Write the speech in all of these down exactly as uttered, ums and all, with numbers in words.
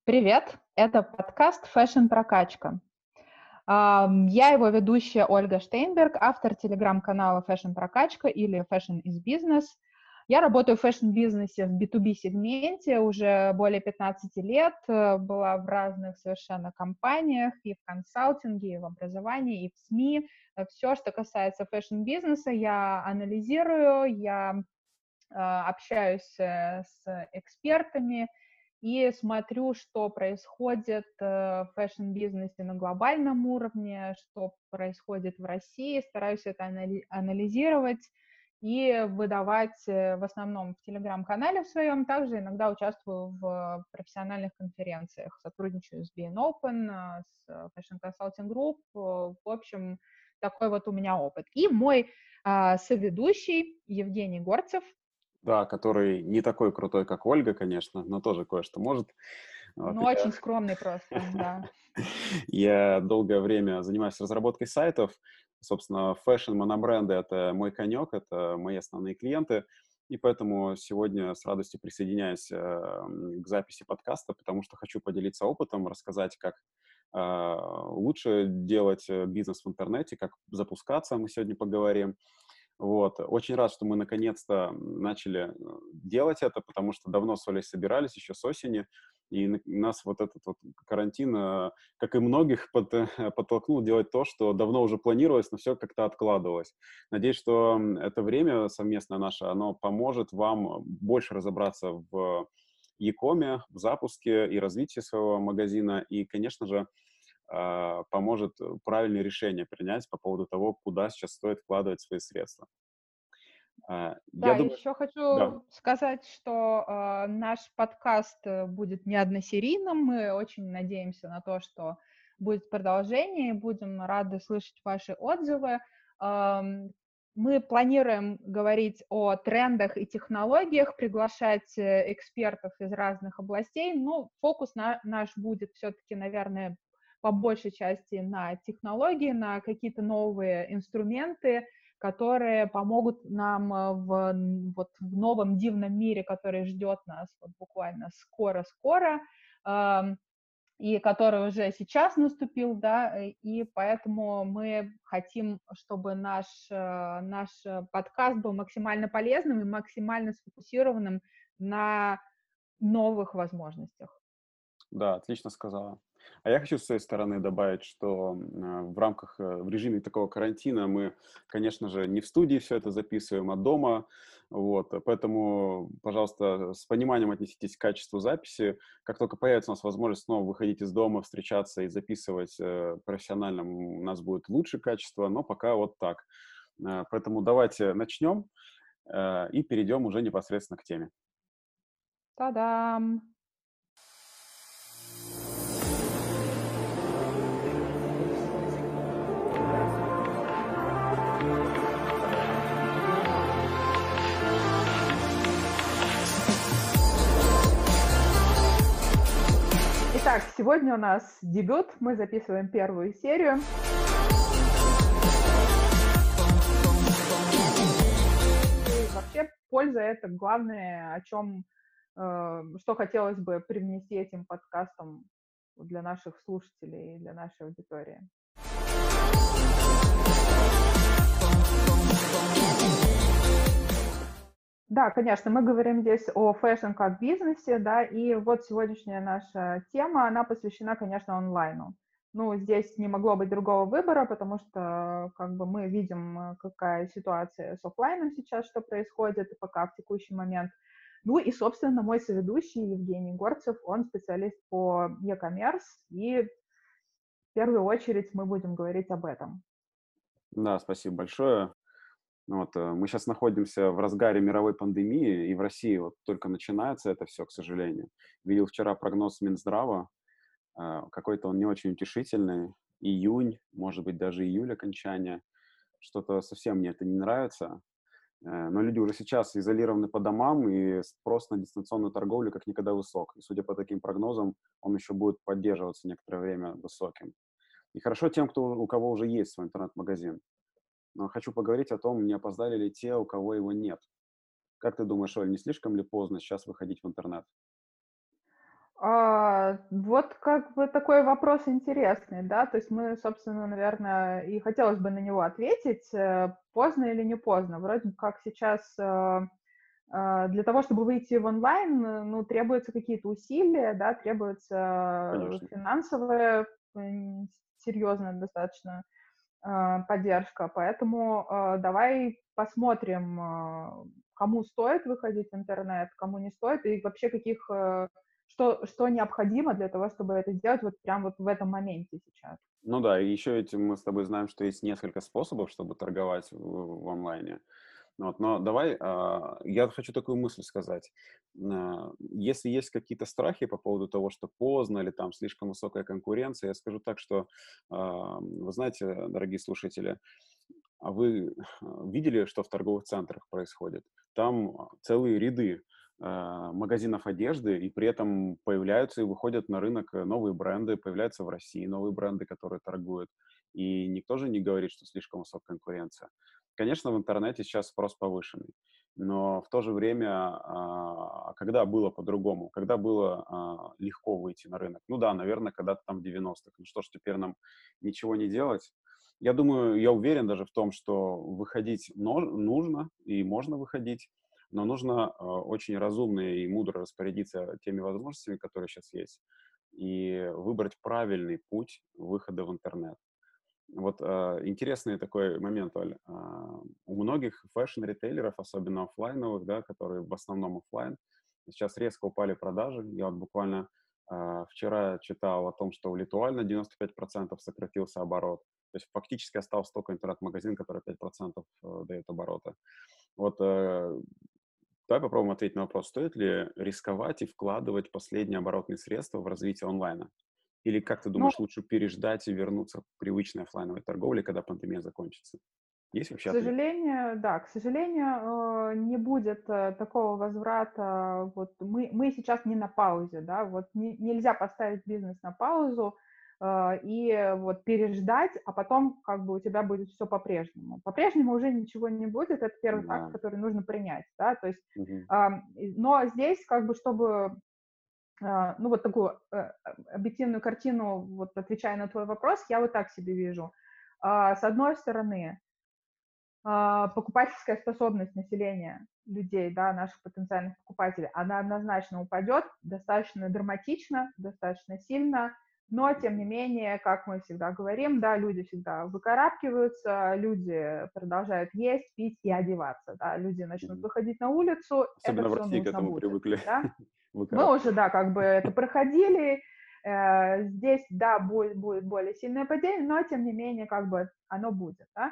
Привет, это подкаст «Фэшн Прокачка». Ам, Я его ведущая Ольга Штейнберг, автор телеграм-канала «Фэшн Прокачка» или «Fashion is Business». Я работаю в фэшн-бизнесе в би ту би-сегменте уже более пятнадцати лет, э, была в разных совершенно компаниях, и в консалтинге, и в образовании, и в СМИ. Все, что касается фэшн-бизнеса, я анализирую, я э, общаюсь э, с экспертами и смотрю, что происходит э, в фэшн-бизнесе на глобальном уровне, что происходит в России, стараюсь это анали- анализировать и выдавать э, в основном в телеграм-канале в своем, также иногда участвую в профессиональных конференциях, сотрудничаю с би эн Open, э, с Fashion Consulting Group, э, в общем, такой вот у меня опыт. И мой а, соведущий Евгений Горцев. Да, который не такой крутой, как Ольга, конечно, но тоже кое-что может. Вот, Ну, я очень скромный просто, да. я долгое время занимаюсь разработкой сайтов. Собственно, фэшн, монобренды — это мой конек, это мои основные клиенты. И поэтому сегодня с радостью присоединяюсь, э, м, к записи подкаста, потому что хочу поделиться опытом, рассказать, как, а, лучше делать, э, бизнес в интернете, как запускаться, мы сегодня поговорим. Вот. Очень рад, что мы наконец-то начали э, делать это, потому что давно с Олей собирались, еще с осени, и на- нас вот этот вот карантин, э, как и многих, под- подтолкнул делать то, что давно уже планировалось, но все как-то откладывалось. Надеюсь, что м, это время совместное наше, оно поможет вам больше разобраться в e-коме, в запуске и развитии своего магазина, и, конечно же, а, поможет э, правильные решения принять по поводу того, куда сейчас стоит вкладывать свои средства. А, я Да, думаю, еще да, хочу сказать, что э, наш подкаст э, будет не односерийным. Мы очень надеемся на то, что будет продолжение, и будем рады слышать ваши отзывы. Ам, Мы планируем говорить о трендах и технологиях, приглашать э, экспертов из разных областей, но фокус на- наш будет все-таки, наверное, по большей части на технологии, на какие-то новые инструменты, которые помогут нам э, в, вот, в новом дивном мире, который ждет нас вот буквально скоро-скоро, э, и который уже сейчас наступил, да, э, и поэтому мы хотим, чтобы наш, э, наш э, подкаст был максимально полезным и максимально сфокусированным на новых возможностях. да, отлично сказала. А я хочу с своей стороны добавить, что м, а, в рамках, э, в режиме такого карантина мы, конечно же, не в студии все это записываем, а дома. Вот, э, поэтому, пожалуйста, с пониманием отнеситесь к качеству записи. Как только появится у нас возможность снова выходить из дома, встречаться и записывать э, профессионально, м, у нас будет лучше качество, но пока вот так. Э, Поэтому давайте начнем э, и перейдем уже непосредственно к теме. Та-дам! Итак, сегодня у нас дебют, мы записываем первую серию. И вообще польза — это главное, о чем, э, что хотелось бы привнести этим подкастом для наших слушателей и для нашей аудитории. Да, конечно, мы говорим здесь о фэшн как бизнесе, да, и вот сегодняшняя наша тема, она посвящена, конечно, онлайну. Ну, здесь не могло быть другого выбора, потому что, как бы, мы видим, э, какая ситуация с оффлайном сейчас, что происходит пока в текущий момент. Ну и, собственно, мой соведущий Евгений Горцев, он специалист по e-commerce, и в первую очередь мы будем говорить об этом. Да, спасибо большое. Ну Вот, э, мы сейчас находимся в разгаре мировой пандемии, и в России вот только начинается это все, к сожалению. Видел вчера прогноз Минздрава, э, какой-то он не очень утешительный. Июнь, может быть, даже июль окончания. Что-то совсем мне это не нравится. Э, Но люди уже сейчас изолированы по домам, и спрос на дистанционную торговлю как никогда высок. И судя по таким прогнозам, он еще будет поддерживаться некоторое время высоким. И хорошо тем, кто, у кого уже есть свой интернет-магазин. Но хочу поговорить о том, не опоздали ли те, у кого его нет. Как ты думаешь, Оль, не слишком ли поздно сейчас выходить в интернет? А, вот как бы такой вопрос интересный, да, то есть мы, собственно, наверное, и хотелось бы на него ответить, э, поздно или не поздно. Вроде бы как сейчас э, э, для того, чтобы выйти в онлайн, э, ну, требуются какие-то усилия, да, требуется Конечно. финансовая, м, серьезная достаточно э, поддержка, поэтому э, давай посмотрим, э, кому стоит выходить в интернет, кому не стоит, и вообще каких, э, что, что необходимо для того, чтобы это сделать вот прям вот в этом моменте сейчас. Ну да, и еще этим мы с тобой знаем, что есть несколько способов, чтобы торговать в, в онлайне. Ну вот, но давай, а, я хочу такую мысль сказать. А, Если есть какие-то страхи по поводу того, что поздно или там слишком высокая конкуренция, я скажу так, что, а, вы знаете, дорогие слушатели, а вы а, видели, что в торговых центрах происходит? Там а, целые ряды а, магазинов одежды, и при этом появляются и выходят на рынок э, новые бренды, появляются в России новые бренды, которые торгуют. И никто же не говорит, что слишком высокая конкуренция. Конечно, в интернете сейчас спрос повышенный, но в то же время, а, когда было по-другому, когда было а, легко выйти на рынок? Ну да, наверное, когда-то там в девяностых. Ну что ж, теперь нам ничего не делать? Я думаю, я уверен даже в том, что выходить но- нужно и можно выходить, но нужно э, очень разумно и мудро распорядиться теми возможностями, которые сейчас есть, и выбрать правильный путь выхода в интернет. Вот э, интересный такой момент, Оль. А, у многих фэшн-ритейлеров, особенно оффлайновых, да, которые в основном оффлайн, сейчас резко упали продажи. Я вот буквально а, вчера читал о том, что у Литуаль на девяносто пять процентов сократился оборот. То есть фактически остался только интернет-магазин, который пять процентов э, дает оборота. Вот э, давай попробуем ответить на вопрос, стоит ли рисковать и вкладывать последние оборотные средства в развитие онлайна? Или, как ты Ну, думаешь, лучше переждать и вернуться к привычной оффлайновой торговле, когда пандемия закончится? Есть к вообще ответ? сожалению, да, к сожалению, э, не будет э, такого возврата. Вот мы, мы сейчас не на паузе, да, вот не- нельзя поставить бизнес на паузу э, и вот переждать, а потом как бы у тебя будет все по-прежнему. По-прежнему уже ничего не будет, это первый факт, Да. который нужно принять, да, то есть, Мгм. ам, и- но здесь как бы, чтобы, а, ну вот такую э, объективную картину, вот отвечая на твой вопрос, я вот так себе вижу. А, С одной стороны, а, покупательская способность населения, людей, да, наших потенциальных покупателей, она однозначно упадет достаточно драматично, достаточно сильно, но, тем не Мгм. менее, как мы всегда говорим, да, люди всегда выкарабкиваются, люди продолжают есть, пить и одеваться, да, люди начнут Мгм. выходить на улицу, это Особенно в все России к нужно этому будет, привыкли да. Мы уже, выкарабкиваться. да, как бы это проходили, э, здесь, да, будет, будет более сильное падение, но, тем не менее, как бы оно будет, да.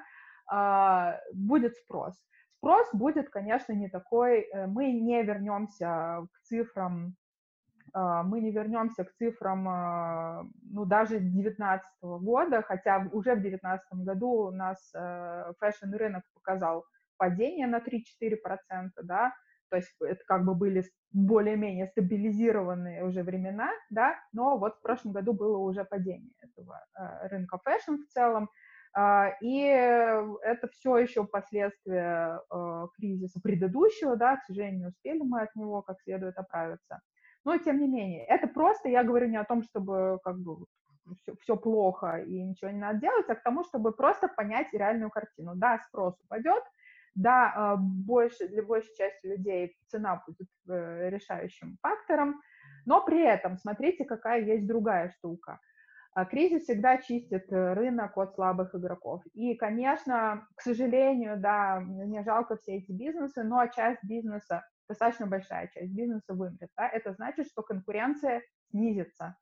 А, будет спрос. Спрос будет, конечно, не такой, э, мы не вернемся к цифрам, а, мы не вернемся к цифрам, а, ну, даже девятнадцатого года, хотя уже в девятнадцатом году у нас э, фэшн-рынок показал падение на три-четыре процента, да, то есть это как бы были более-менее стабилизированные уже времена, да, но вот в прошлом году было уже падение этого э, рынка фэшн в целом, а, и это все еще последствия э, кризиса предыдущего, да, к сожалению, не успели мы от него как следует оправиться. Но тем не менее, это просто, я говорю не о том, чтобы как бы все, все плохо и ничего не надо делать, а к тому, чтобы просто понять реальную картину. Да, спрос упадет, да, больше, для большей части людей цена будет э, решающим фактором, но при этом смотрите, какая есть другая штука. А кризис всегда чистит э, рынок от слабых игроков. И, конечно, к сожалению, да, мне жалко все эти бизнесы, но часть бизнеса, достаточно большая часть бизнеса вымрет. Да? Это значит, что конкуренция снизится.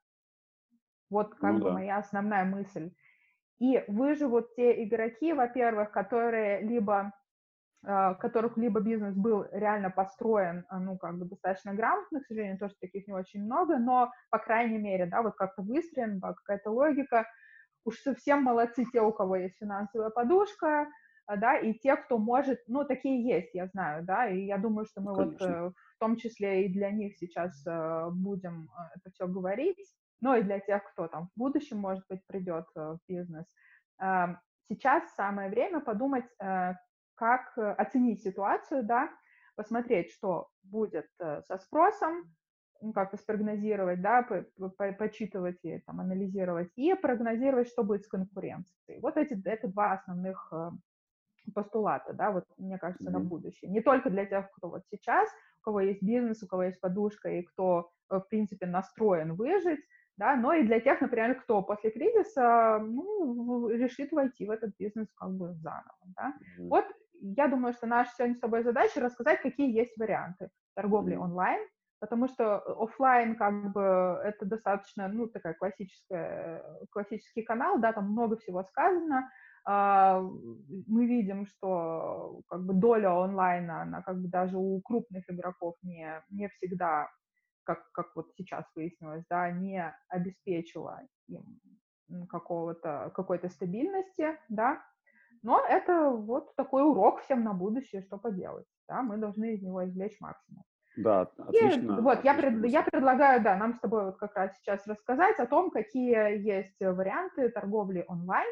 Вот Ну как бы да. моя основная мысль. И выживут те игроки, во-первых, которые либо э, которых либо бизнес был реально построен, а, ну, как бы достаточно грамотно, к сожалению, тоже таких не очень много, но, по крайней мере, да, вот как-то выстроен, какая-то логика. Уж совсем молодцы те, у кого есть финансовая подушка, а, да, и те, кто может, ну, такие есть, я знаю, да, и я думаю, что мы вот Конечно. э, в том числе и для них сейчас э, будем э, это все говорить, но и для тех, кто там в будущем, может быть, придет э, в бизнес. Э, Сейчас самое время подумать, э, как э, оценить ситуацию, да, посмотреть, что будет э, со спросом, ну, как-то спрогнозировать, да, по, по, почитывать и там, анализировать, и прогнозировать, что будет с конкуренцией. Вот эти, это два основных э, постулата, да, вот мне кажется, на Мгм. будущее. Не только для тех, кто вот сейчас, у кого есть бизнес, у кого есть подушка и кто, э, в принципе, настроен выжить, да, но и для тех, например, кто после кризиса, ну, решит войти в этот бизнес как бы заново, да. Мгм. Вот я думаю, что наша сегодня с тобой задача рассказать, какие есть варианты торговли Мгм. онлайн, потому что офлайн как бы это достаточно, ну, такая классическая, классический канал, да, там много всего сказано. Uh, мы видим, что как бы доля онлайна, она как бы даже у крупных игроков не, не всегда, как, как вот сейчас выяснилось, да, не обеспечила им какого-то, какой-то стабильности, да, но это вот такой урок всем на будущее, что поделать, да, мы должны из него извлечь максимум. Да, И отлично, вот я, отличная пред, я мысль. предлагаю, да, нам с тобой вот как раз сейчас рассказать о том, какие есть варианты торговли онлайн,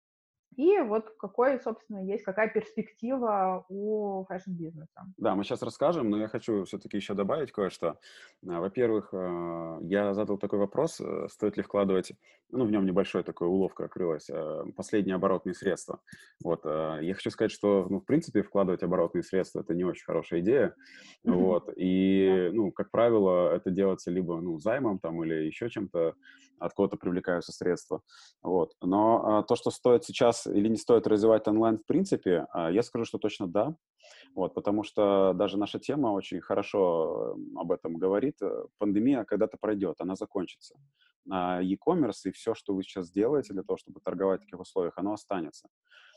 и вот какой, собственно, есть, какая перспектива у фэшн-бизнеса. Да, мы сейчас расскажем, но я хочу все-таки еще добавить кое-что. А, Во-первых, э, я задал такой вопрос, э, стоит ли вкладывать, ну, в нем небольшой такой уловка открылась, э, последние оборотные средства. Вот, э, я хочу сказать, что, ну, в принципе, вкладывать оборотные средства — это не очень хорошая идея, вот, Да. и, ну, как правило, это делается либо, ну, займом там или еще чем-то, от кого-то привлекаются средства, вот. Но а, то, что стоит сейчас или не стоит развивать онлайн в принципе, а, я скажу, что точно да. Вот, потому что даже наша тема очень хорошо э, об этом говорит. Э, Пандемия когда-то пройдет, она закончится. А e-commerce и все, что вы сейчас делаете для того, чтобы торговать в таких условиях, оно останется.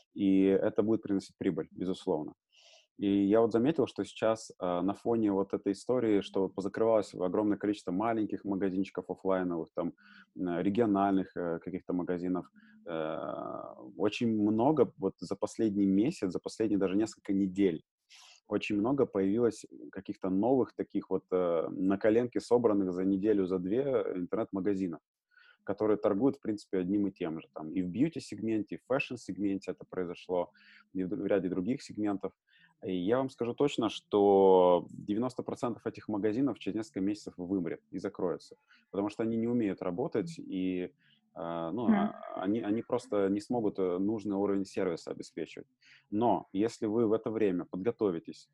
И это будет приносить прибыль, безусловно. И я вот заметил, что сейчас э, на фоне вот этой истории, что позакрывалось огромное количество маленьких магазинчиков оффлайновых, там, э, региональных э, каких-то магазинов, э, очень много вот за последний месяц, за последние даже несколько недель очень много появилось каких-то новых таких вот э, на коленке собранных за неделю, за две интернет-магазинов, которые торгуют, в принципе, одним и тем же. Там и в бьюти-сегменте, и в фэшн-сегменте это произошло, и в, в ряде других сегментов. И я вам скажу точно, что девяносто процентов этих магазинов через несколько месяцев вымрет и закроются, потому что они не умеют работать, и Uh, ну, Мгм. а- они, они просто не смогут э, нужный уровень сервиса обеспечивать. Но если вы в это время подготовитесь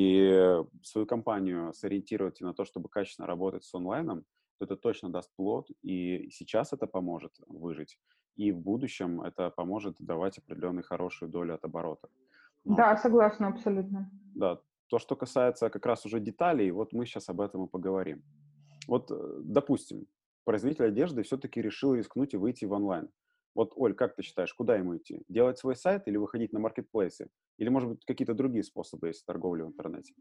и свою компанию сориентируете на то, чтобы качественно работать с онлайном, то это точно даст плод, и сейчас это поможет выжить, и в будущем это поможет давать определенную хорошую долю от оборота. Вот. Да, согласна абсолютно. Да, то, что касается как раз уже деталей, вот мы сейчас об этом и поговорим. Вот, э, допустим, производитель одежды все-таки решил рискнуть и выйти в онлайн. Вот, Оль, как ты считаешь, куда ему идти? Делать свой сайт или выходить на маркетплейсы? Или, может быть, какие-то другие способы есть торговли в интернете?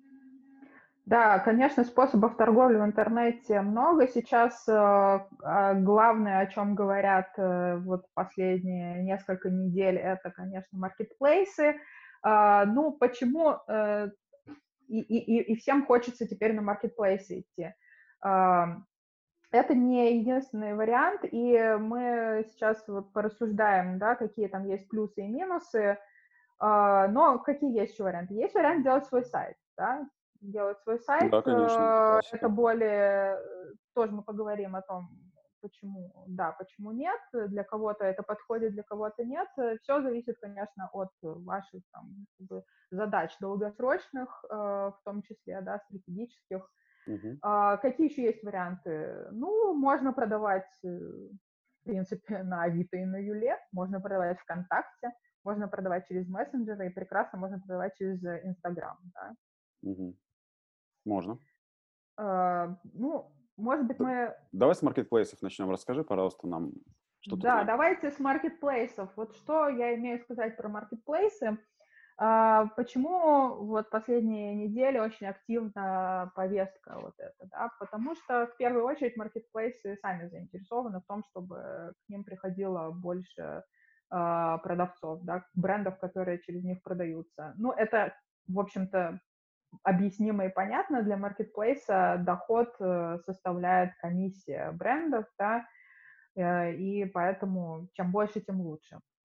Да, конечно, способов торговли в интернете много. Сейчас э, а, главное, о чем говорят э, вот последние несколько недель, это, конечно, маркетплейсы. А, ну, почему э, и, и, и всем хочется теперь на маркетплейсы идти? А, это не единственный вариант, и мы сейчас вот порассуждаем, да, какие там есть плюсы и минусы. А, но какие есть еще варианты? Есть вариант делать свой сайт, да, делать свой сайт. Да, конечно, это э, Это классика. более, э, тоже мы поговорим о том, почему да, почему нет, для кого-то это подходит, для кого-то нет. Все зависит, конечно, от ваших там, как бы, задач долгосрочных, э, в том числе, да, стратегических. Мгм. А, какие еще есть варианты? Ну, можно продавать, э, в принципе, на Авито и на Юле, можно продавать ВКонтакте, можно продавать через мессенджеры, и прекрасно можно продавать через э, Инстаграм, да. Мгм. Можно. А, ну, может быть, Д- мы... Давай с маркетплейсов начнем. Расскажи, пожалуйста, нам, что ты Да, знаешь. давайте с маркетплейсов. Вот что я имею сказать про маркетплейсы. А, почему вот последние недели очень активна повестка вот эта, да? Потому что в первую очередь маркетплейсы сами заинтересованы в том, чтобы к ним приходило больше а, продавцов, да, брендов, которые через них продаются. Ну, это, в общем-то, объяснимо и понятно. Для маркетплейса доход э, составляет комиссия брендов, да, э, и поэтому чем больше, тем лучше.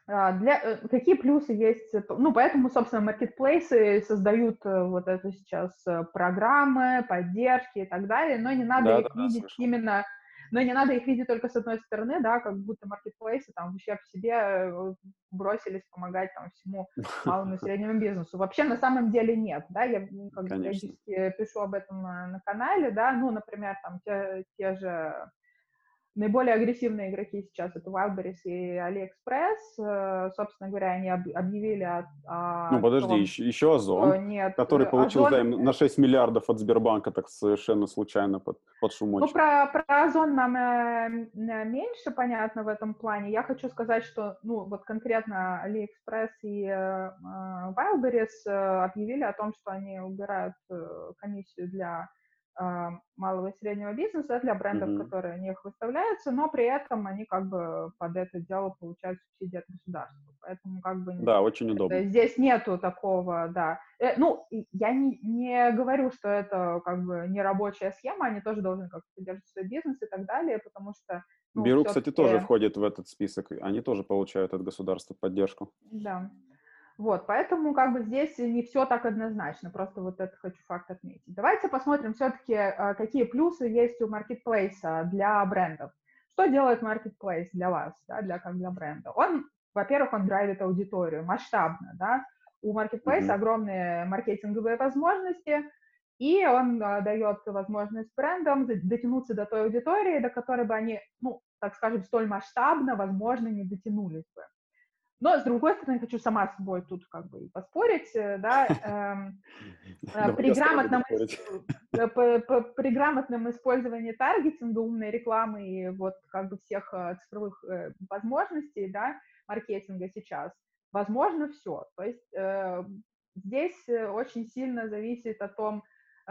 Для, какие плюсы есть? Ну, поэтому, собственно, маркетплейсы создают вот это сейчас программы, поддержки и так далее, но не надо Да, их да, да, видеть слышал. именно, но не надо их видеть только с одной стороны, да, как будто маркетплейсы там в ущерб себе бросились помогать там всему малому и среднему бизнесу. Вообще, на самом деле нет, да, я как бы Конечно. периодически пишу об этом на, на канале, да, ну, например, там те, те же наиболее агрессивные игроки сейчас — это Wildberries и AliExpress. Собственно говоря, они объявили о, Ну, о подожди, том, еще, еще что Озон, нет, который получил Озон. займ на шесть миллиардов от Сбербанка, так совершенно случайно, под, под Ну, шумочек. про, про Озон нам э, меньше понятно в этом плане. Я хочу сказать, что, ну, вот конкретно AliExpress и э, Wildberries э, объявили о том, что они убирают э, комиссию для э, малого и среднего бизнеса, для брендов, Мгм. которые у них выставляются, но при этом они как бы под это дело получают субсидии от государства. Поэтому как бы Да, очень удобно. здесь нету такого, да. Э, ну, я не, не говорю, что это как бы не рабочая схема, они тоже должны как-то поддерживать свой бизнес и так далее, потому что, ну, Беру, кстати, тоже все-таки, входит в этот список. Они тоже получают от государства поддержку. да. Вот, поэтому как бы здесь не все так однозначно, просто вот это хочу факт отметить. Давайте посмотрим все-таки, какие плюсы есть у маркетплейса для брендов. Что делает маркетплейс для вас, да, для, как для бренда? Он, во-первых, он драйвит аудиторию масштабно, да, у маркетплейса Мгм. огромные маркетинговые возможности, и он а, дает возможность брендам дотянуться до той аудитории, до которой бы они, ну, так скажем, столь масштабно, возможно, не дотянулись бы. Но, с другой стороны, хочу сама с собой тут как бы и поспорить, да, эм, Давай при я с тобой буду грамотном, спорить. э, по, по, при грамотном использовании таргетинга, умной рекламы и вот как бы всех э, цифровых э, возможностей, да, маркетинга сейчас, возможно все. То есть э, здесь очень сильно зависит о том,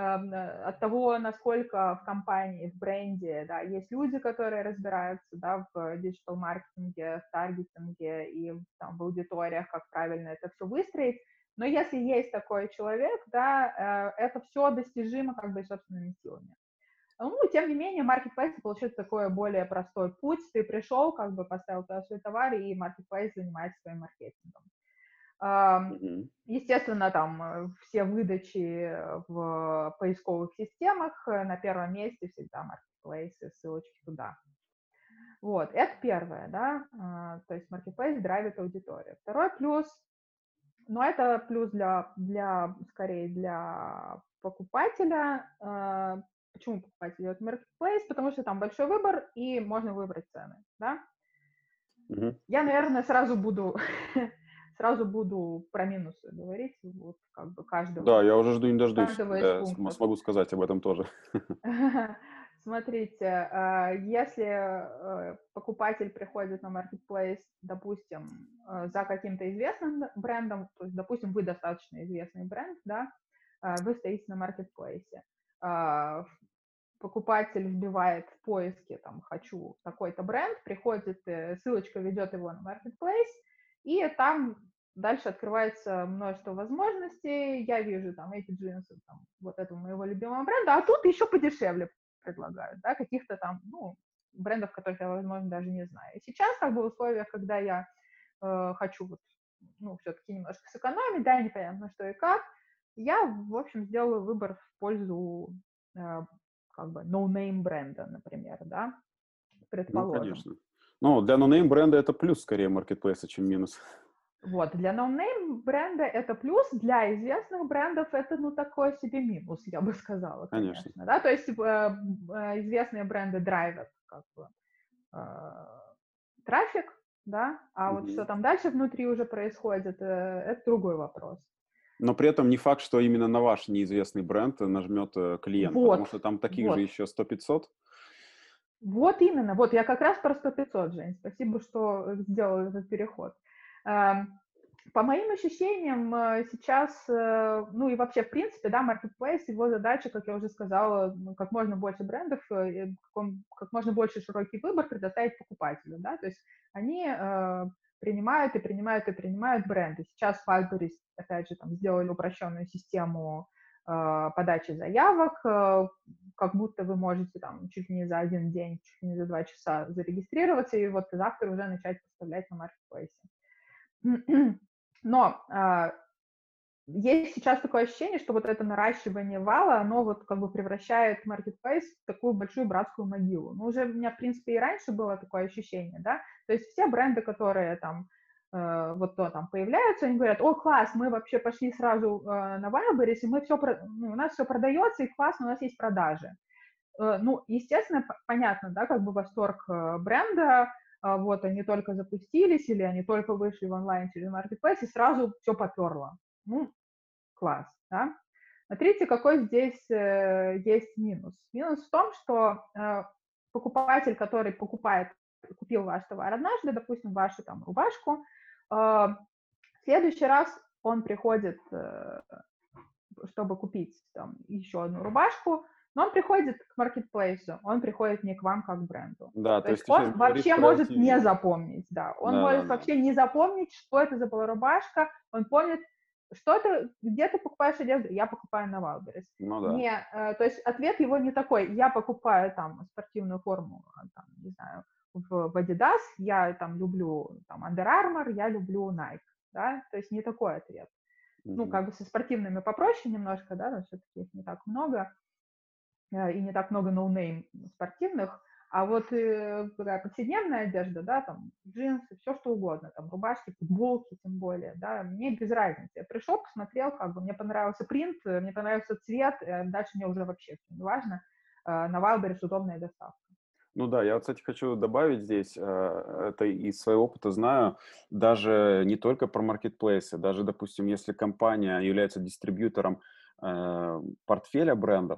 от того, насколько в компании, в бренде, да, есть люди, которые разбираются, да, в диджитал-маркетинге, в таргетинге и там, в аудиториях, как правильно это все выстроить. Но если есть такой человек, да, это все достижимо как бы собственными силами. Ну, тем не менее, маркетплейс получает такой более простой путь. Ты пришел, как бы поставил туда свой товар, и маркетплейс занимается своим маркетингом. Мгм. Естественно, там все выдачи в поисковых системах, на первом месте всегда маркетплейсы, ссылочки туда. Вот, это первое, да, то есть маркетплейс драйвит аудиторию. Второй плюс, ну, это плюс для, для скорее для покупателя. Почему покупатель делает маркетплейс? Потому что там большой выбор, и можно выбрать цены, да. Мгм. Я, наверное, сразу буду сразу буду про минусы говорить, вот как бы Да, каждого, я уже жду не дождусь, каждого из когда я см- пунктов. смогу сказать об этом тоже. Смотрите, если покупатель приходит на marketplace, допустим, за каким-то известным брендом, то есть, допустим, вы достаточно известный бренд, да, вы стоите на маркетплейсе, покупатель вбивает в поиске, там, хочу такой-то бренд, приходит, ссылочка ведет его на marketplace, и там дальше открывается множество возможностей. Я вижу там эти джинсы, там, вот этого моего любимого бренда, а тут еще подешевле предлагают, да, каких-то там, ну, брендов, которых я, возможно, даже не знаю. И сейчас, как бы, в условиях, когда я э, хочу вот, ну, все-таки немножко сэкономить, да, непонятно что и как, я, в общем, сделаю выбор в пользу э, как бы no-name бренда, например, да, Ну, предположим. конечно. Ну, для нонейм бренда это плюс скорее маркетплейса, чем минус. Вот, для no-name бренда это плюс, для известных брендов это, ну, такой себе минус, я бы сказала, Конечно. конечно, да, то есть э, э, известные бренды драйвят, как бы, э, трафик, да, а вот что Мгм. там дальше внутри уже происходит, э, это другой вопрос. Но при этом не факт, что именно на ваш неизвестный бренд нажмет э, клиент, потому Вот, что там таких же вот, еще сто-пятьсот. вот именно, вот я как раз про сто пятьсот, Жень, спасибо, что сделал этот переход. Эм, По моим ощущениям, э, сейчас, э, ну и вообще, в принципе, да, marketplace, его задача, как я уже сказала, ну, как можно больше брендов, э, как, он, как можно больше широкий выбор предоставить покупателю, да, то есть они э, принимают и принимают и принимают бренды. Сейчас Wildberries, опять же, там сделали упрощенную систему э, подачи заявок, э, как будто вы можете там чуть ли не за один день, чуть ли не за два часа зарегистрироваться и вот завтра уже начать поставлять на маркетплейсе. Но а, есть сейчас такое ощущение, что вот это наращивание вала, оно вот как бы превращает Marketplace в такую большую братскую могилу. Ну, уже у меня, в принципе, и раньше было такое ощущение, да, то есть все бренды, которые там э, вот то там появляются, они говорят: о, класс, мы вообще пошли сразу э, на Wildberries, и мы все, ну, у нас все продается, и классно, у нас есть продажи. Э, ну, естественно, п- понятно, да, как бы восторг э, бренда, а, вот они только запустились или они только вышли в онлайн через Marketplace, и сразу все поперло. Ну, класс, да. Смотрите, какой здесь э, есть минус. Минус в том, что э, покупатель, который покупает, купил ваш товар однажды, допустим, вашу там рубашку, э, в следующий раз он приходит, э, чтобы купить там еще одну рубашку, но он приходит к маркетплейсу, он приходит не к вам как к бренду. Да, То то есть есть ты сейчас он говоришь вообще про может не L T V. запомнить, да, он может Да-да-да. вообще не запомнить, что это за была рубашка, он помнит, что ты, где ты покупаешь одежду, я покупаю на Wildberries. Ну да. Не, э, то есть ответ его не такой, я покупаю там спортивную форму, а, там, не знаю, в, в Adidas, я там люблю там Under Armour, я люблю Nike, да, то есть не такой ответ. Ну, Мгм. как бы со спортивными попроще немножко, да, но все-таки их не так много, э, и не так много ноунейм спортивных, а вот э, такая повседневная одежда, да, там джинсы, все что угодно, там рубашки, футболки тем более, да, мне без разницы. Я пришел, посмотрел, как бы мне понравился принт, э, мне понравился цвет, э, дальше мне уже вообще всё не важно. Э, На Wildberries удобная доставка. Ну да, я вот, кстати, хочу добавить здесь, э, это из своего опыта знаю, даже не только про маркетплейсы, даже, допустим, если компания является дистрибьютором э, портфеля брендов,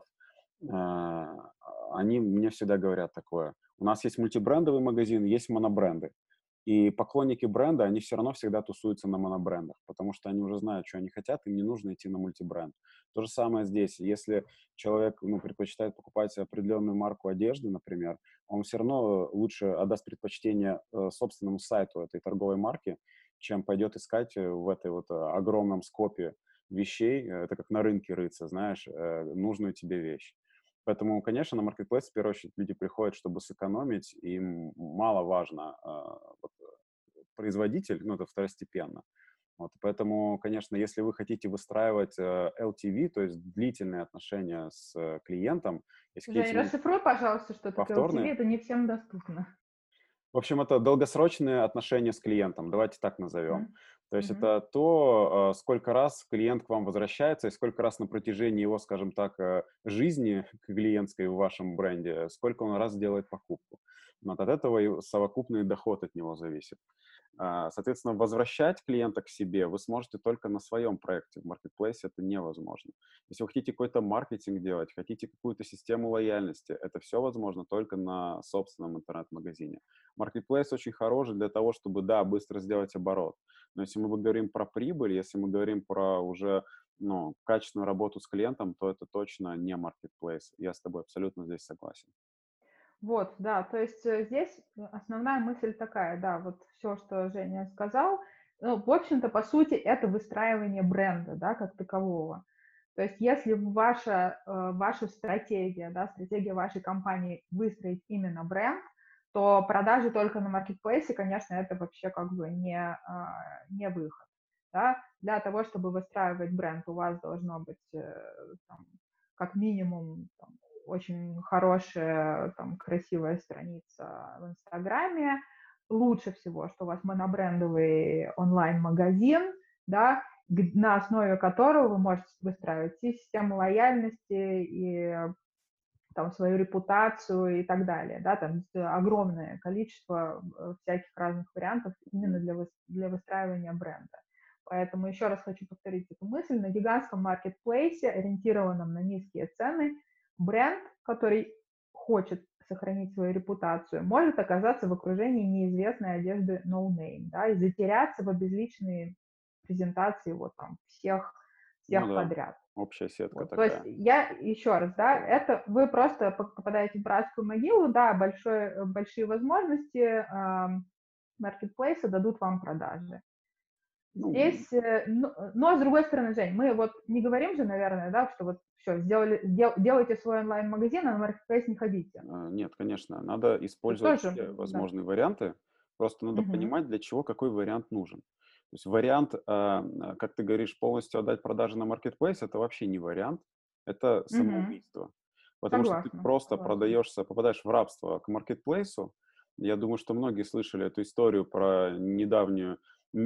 э, они мне всегда говорят такое: у нас есть мультибрендовый магазин, есть монобренды. И поклонники бренда, они все равно всегда тусуются на монобрендах, потому что они уже знают, что они хотят, им не нужно идти на мультибренд. То же самое здесь. Если человек, ну, предпочитает покупать определенную марку одежды, например, он все равно лучше отдаст предпочтение э, собственному сайту этой торговой марки, чем пойдет искать э, в этой вот э, огромном скопе вещей, э, это как на рынке рыться, знаешь, э, нужную тебе вещь. Поэтому, конечно, на маркетплейс в первую очередь люди приходят, чтобы сэкономить, им мало важно э, вот, э, производитель, ну, это второстепенно. Вот, поэтому, конечно, если вы хотите выстраивать э, L T V, то есть длительные отношения с э, клиентом, если Жень, хотите иметь расшифруй, пожалуйста, что такое L T V, повторные, это не всем доступно. в общем, это долгосрочные отношения с клиентом, давайте так назовем. Мгм. То есть Мгм. это то, э, сколько раз клиент к вам возвращается и сколько раз на протяжении его, скажем так, э, жизни клиентской в вашем бренде, сколько он раз делает покупку. Вот от этого и совокупный доход от него зависит. А, Соответственно, возвращать клиента к себе вы сможете только на своем проекте. В маркетплейсе это невозможно. Если вы хотите какой-то маркетинг делать, хотите какую-то систему лояльности, это все возможно только на собственном интернет-магазине. Маркетплейс очень хороший для того, чтобы, да, быстро сделать оборот. Но если мы говорим про прибыль, если мы говорим про уже, ну, качественную работу с клиентом, то это точно не маркетплейс. Я с тобой абсолютно здесь согласен. Вот, да, то есть э, здесь основная мысль такая, да, вот все, что Женя сказал, ну, в общем-то, по сути, это выстраивание бренда, да, как такового. То есть если ваша, э, ваша стратегия, да, стратегия вашей компании выстроить именно бренд, то продажи только на маркетплейсе, конечно, это вообще как бы не, а, не выход. Да. Для того, чтобы выстраивать бренд, у вас должно быть э, там, как минимум там, очень хорошая, там, красивая страница в Инстаграме. Лучше всего, что у вас монобрендовый онлайн-магазин, да, на основе которого вы можете выстраивать и систему лояльности, и там свою репутацию и так далее, да, там огромное количество э, всяких разных вариантов именно для, вы, для выстраивания бренда. Поэтому еще раз хочу повторить эту мысль. На гигантском маркетплейсе, ориентированном на низкие цены, бренд, который хочет сохранить свою репутацию, может оказаться в окружении неизвестной одежды no name, да, и затеряться в обезличенной презентации вот там всех, Ну всех да, подряд. общая сетка Вот. То есть такая. я еще раз, да, это вы просто попадаете в братскую могилу, да, большой, большие возможности э, маркетплейса дадут вам продажи. Ну, Здесь, э, но, но с другой стороны, Жень, мы вот не говорим же, наверное, да, что вот все, сделали, дел, делайте свой онлайн-магазин, а на маркетплейс не ходите. А, Нет, конечно, надо Тут использовать тоже, все да. возможные варианты, просто надо Мгм. понимать, для чего какой вариант нужен. То есть вариант, как ты говоришь, полностью отдать продажи на Marketplace, это вообще не вариант, это Мгм. самоубийство. Потому что ты Согласна, просто согласна. продаешься, попадаешь в рабство к Marketplace. Я думаю, что многие слышали эту историю про недавнюю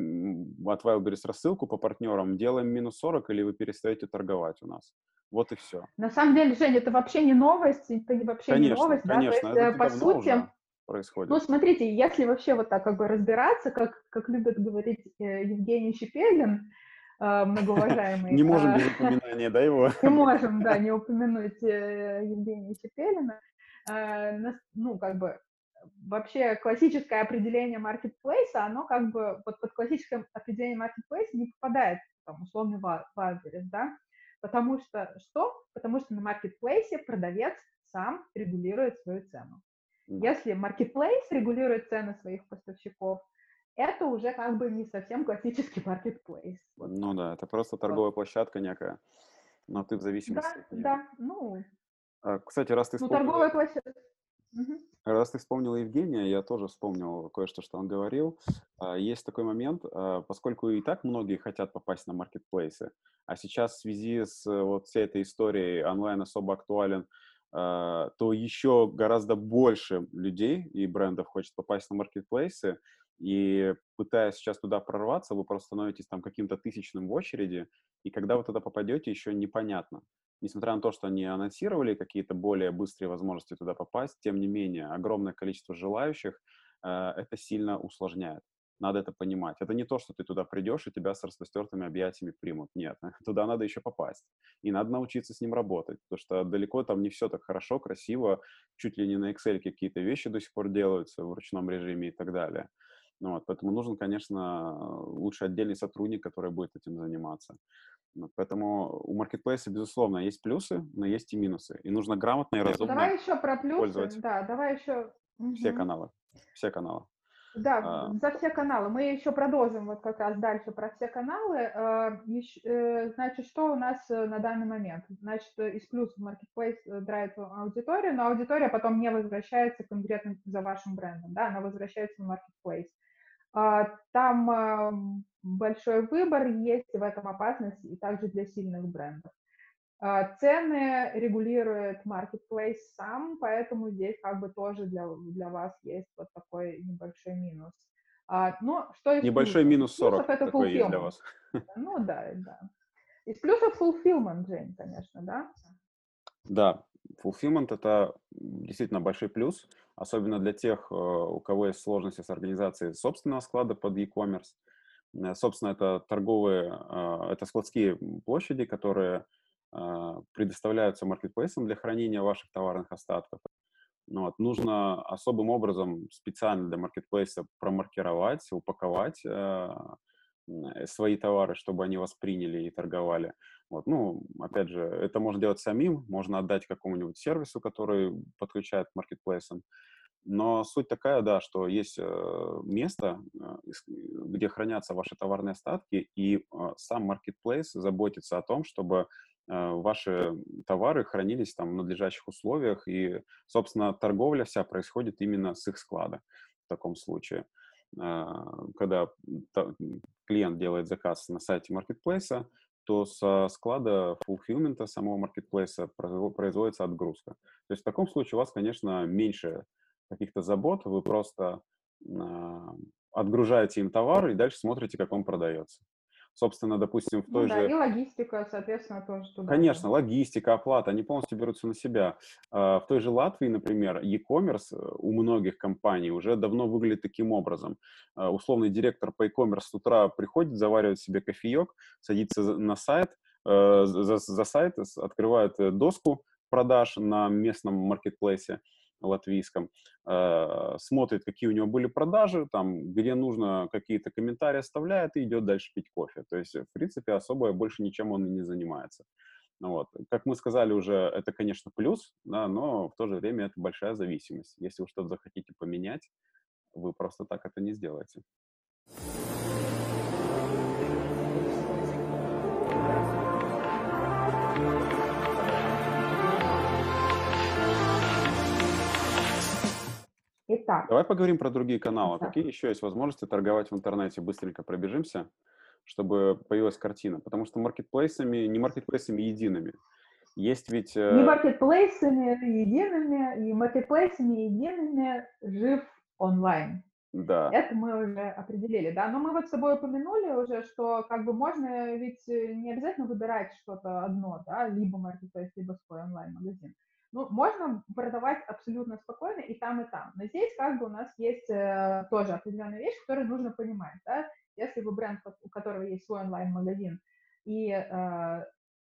м, от Wildberries рассылку по партнерам. Делаем минус сорок, или вы перестаете торговать у нас. Вот и все. На самом деле, Жень, это вообще не новость, это не- вообще не Конечно, новость, да, то конечно, есть, это э, по давно сути, уже ну, происходит. смотрите, если вообще вот так как бы разбираться, как, как любит говорить э, Евгений Щепелин, э, многоуважаемый, Не можем э, без упоминания, да, его? не можем, да, не упомянуть э, Евгения Щепелина, э, нас- ну, как бы, вообще классическое определение маркетплейса, оно как бы вот под классическое определение маркетплейса не попадает, там, условный Wildberries, да, потому что что? Потому что на маркетплейсе продавец сам регулирует свою цену. Да. Если маркетплейс регулирует цены своих поставщиков, это уже как бы не совсем классический маркетплейс. Вот Ну так. да, это просто Вот. торговая площадка некая, но ты в Да, зависимости от нее. да, ну, А, Кстати, раз ты ну вспомнила, торговая площадка. Мгм. раз ты вспомнила Евгения, я тоже вспомнил кое-что, что он говорил. А, Есть такой момент, а, поскольку и так многие хотят попасть на маркетплейсы, а сейчас в связи с э, вот всей этой историей онлайн особо актуален, а, то еще гораздо больше людей и брендов хочет попасть на маркетплейсы, и пытаясь сейчас туда прорваться, вы просто становитесь там каким-то тысячным в очереди, и когда вы туда попадете, еще непонятно. Несмотря на то, что они анонсировали какие-то более быстрые возможности туда попасть, тем не менее, огромное количество желающих э, это сильно усложняет. Надо это понимать. Это не то, что ты туда придешь и тебя с распростертыми объятиями примут. Нет, туда надо еще попасть. И надо научиться с ним работать, потому что далеко там не все так хорошо, красиво, чуть ли не на Excel какие-то вещи до сих пор делаются в ручном режиме и так далее. Ну, вот, поэтому нужен, конечно, лучше отдельный сотрудник, который будет этим заниматься. Вот, поэтому у маркетплейса, безусловно, есть плюсы, но есть и минусы. И нужно грамотно и Ну, разумно давай еще про плюсы, использовать да, давай еще. все Мгм. каналы. Все каналы. Да, А, за все каналы. Мы еще продолжим вот как раз дальше про все каналы. Э, ещё, э, Значит, что у нас э, на данный момент? Значит, э, из плюсов Marketplace э, драйвит аудиторию, но аудитория потом не возвращается конкретно за вашим брендом, да, она возвращается в Marketplace. А, Там а, большой выбор есть, и в этом опасность, и также для сильных брендов. А, Цены регулирует Marketplace сам, поэтому здесь как бы тоже для, для вас есть вот такой небольшой минус. А, Но что из Небольшой плюсов? Из минус плюсов сорок это такой есть для fulfillment. вас. Ну да, да. Из плюсов fulfillment, Жень, конечно, да? Да, fulfillment — это действительно большой плюс, особенно для тех, э, у кого есть сложности с организацией собственного склада под e-commerce. Э, Собственно, это торговые, э, это складские площади, которые э, предоставляются маркетплейсом для хранения ваших товарных остатков. Ну вот. Нужно особым образом специально для маркетплейса промаркировать, упаковать э, м, свои товары, чтобы они вас приняли и торговали. Вот. Ну, опять же, это можно делать самим, можно отдать какому-нибудь сервису, который подключает к маркетплейсам. Но суть такая, да, что есть э, место, э, ис- где хранятся ваши товарные остатки, и э, сам marketplace заботится о том, чтобы э, ваши товары хранились там в надлежащих условиях, и, собственно, торговля вся происходит именно с их склада в таком случае. Э, Когда та- клиент делает заказ на сайте маркетплейса, то со склада фулфилмента самого маркетплейса произво- производится отгрузка. То есть в таком случае у вас, конечно, меньше каких-то забот, вы просто а, отгружаете им товар и дальше смотрите, как он продается. Собственно, допустим, в Ну той да, и же, логистика, соответственно, тоже туда же. конечно, логистика, оплата, они полностью берутся на себя. А, В той же Латвии, например, e-commerce э, у многих компаний уже давно выглядит таким образом. А, Условный директор по e-commerce с утра приходит, заваривает себе кофеек, садится за- на сайт, э, за, за сайт, с- открывает э, доску продаж на местном маркетплейсе латвийском, э, смотрит, какие у него были продажи, там, где нужно, какие-то комментарии оставляет и идет дальше пить кофе. То есть, в принципе, особо больше ничем он и не занимается. Ну вот. Как мы сказали уже, это, конечно, плюс, да, но в то же время это большая зависимость. Если вы что-то захотите поменять, вы просто так это не сделаете. Итак, Давай поговорим про другие каналы. да. Какие еще есть возможности торговать в интернете? Быстренько пробежимся, чтобы появилась картина. Потому что маркетплейсами, не маркетплейсами едиными. Есть ведь... Не э, маркетплейсами едиными, и маркетплейсами едиными жив онлайн. Да, Это мы уже определили, да. Но мы вот с тобой упомянули уже, что как бы можно ведь э, не обязательно выбирать что-то одно, да, либо маркетплейс, либо свой онлайн-магазин. Ну, можно продавать абсолютно спокойно и там, и там. Но здесь как бы у нас есть э, тоже определенная вещь, которую нужно понимать, да. Если вы бренд, у которого есть свой онлайн-магазин, и э,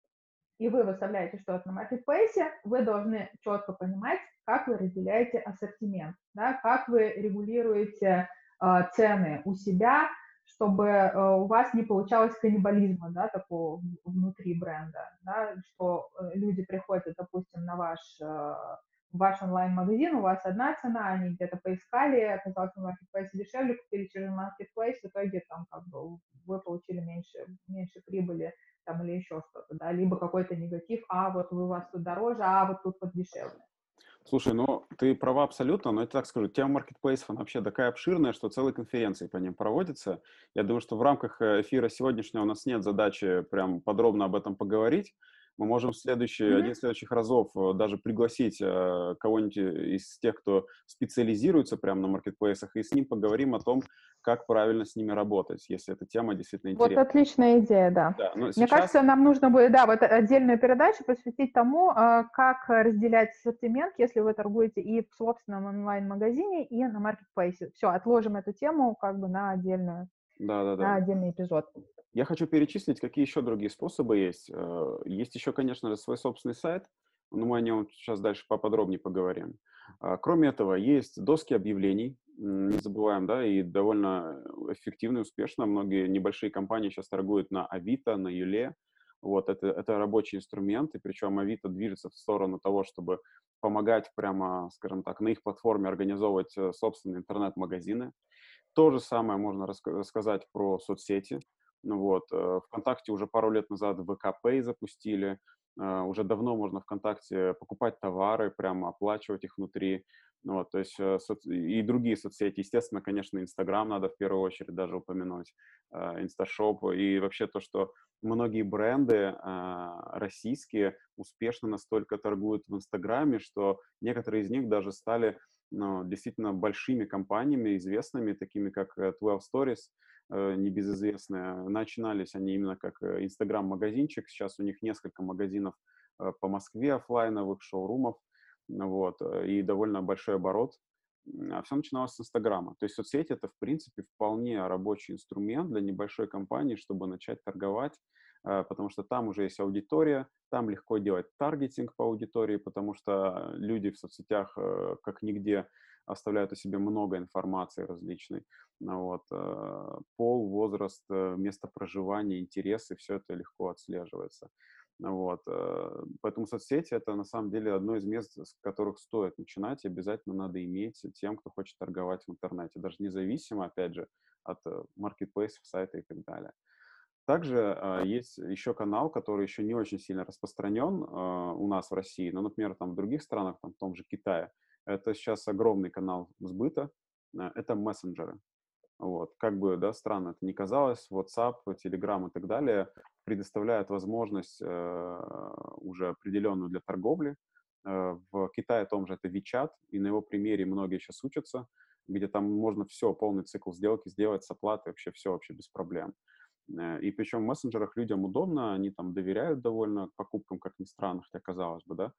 и вы выставляете что-то на маркетплейсе, вы должны четко понимать, как вы разделяете ассортимент, да, как вы регулируете э, цены у себя, чтобы э, у вас не получалось каннибализма, да, такого внутри бренда, да, что э, люди приходят, допустим, на ваш, э, ваш онлайн-магазин, у вас одна цена, они где-то поискали, оказалось на маркетплейсе дешевле, купили через маркетплейс, в итоге там как бы вы получили меньше, меньше прибыли, там, или еще что-то, да, либо какой-то негатив, а вот у вас тут дороже, а вот тут вот дешевле. слушай, ну ты права абсолютно, но я так скажу, тема маркетплейсов, она вообще такая обширная, что целые конференции по ним проводятся. Я думаю, что в рамках э, эфира сегодняшнего у нас нет задачи прям подробно об этом поговорить. Мы можем в следующий, один Мгм. из следующих разов э, даже пригласить э, кого-нибудь из тех, кто специализируется прямо на маркетплейсах, и с ним поговорим о том, как правильно с ними работать, если эта тема действительно Вот интересна. отличная идея, да. Да, но Мне сейчас кажется, нам нужно будет, да, вот отдельную передачу посвятить тому, а, как разделять ассортимент, если вы торгуете и в собственном онлайн-магазине, и на маркетплейсе. Все, отложим эту тему как бы на отдельную, да-да-да. на отдельный эпизод. Я хочу перечислить, какие еще другие способы есть. Э, Есть еще, конечно же, свой собственный сайт, но мы о нем сейчас дальше поподробнее поговорим. А, Кроме этого, есть доски объявлений, м, не забываем, да, и довольно эффективно и успешно. Многие небольшие компании сейчас торгуют на Авито, на Юле. Вот, это, это рабочий инструмент, и причем Авито движется в сторону того, чтобы помогать прямо, скажем так, на их платформе организовывать э, собственные интернет-магазины. То же самое можно раска- рассказать про соцсети. Ну вот, э, ВКонтакте уже пару лет назад вэ ка пэй запустили. Э, Уже давно можно ВКонтакте покупать товары, прямо оплачивать их внутри. Ну вот, то есть э, соц- и другие соцсети. Естественно, конечно, Инстаграм надо в первую очередь даже упомянуть, э, Инсташоп. И вообще то, что многие бренды э, российские успешно настолько торгуют в Инстаграме, что некоторые из них даже стали, ну, действительно большими компаниями, известными, такими как э, twelve Stories, э, небезызвестные. Начинались они именно как э, Инстаграм-магазинчик. Сейчас у них несколько магазинов э, по Москве, оффлайновых шоурумов, ну вот, э, и довольно большой оборот. М, А все начиналось с Инстаграма. То есть соцсети — это, в принципе, вполне рабочий инструмент для небольшой компании, чтобы начать торговать, э, потому что там уже есть аудитория, там легко делать таргетинг по аудитории, потому что люди в соцсетях э, как нигде оставляют о себе много информации различной. Ну вот, э, пол, возраст, э, место проживания, интересы — все это легко отслеживается. Ну вот, э, поэтому соцсети — это на самом деле одно из мест, с которых стоит начинать, и обязательно надо иметь тем, кто хочет торговать в интернете, даже независимо, опять же, от э, маркетплейсов, сайта и так далее. Также э, есть еще канал, который еще не очень сильно распространен э, у нас в России, но, например, там в других странах, там, в том же Китае, это сейчас огромный канал сбыта, э, это мессенджеры. Вот. Как бы, да, странно это ни казалось, WhatsApp, Telegram и так далее предоставляют возможность э, уже определенную для торговли. Э, в Китае том же это WeChat, и на его примере многие сейчас учатся, где там можно все, полный цикл сделки сделать с оплатой, вообще все вообще без проблем. Э, И причем в мессенджерах людям удобно, они там доверяют довольно покупкам, как ни странно, хотя казалось бы, да,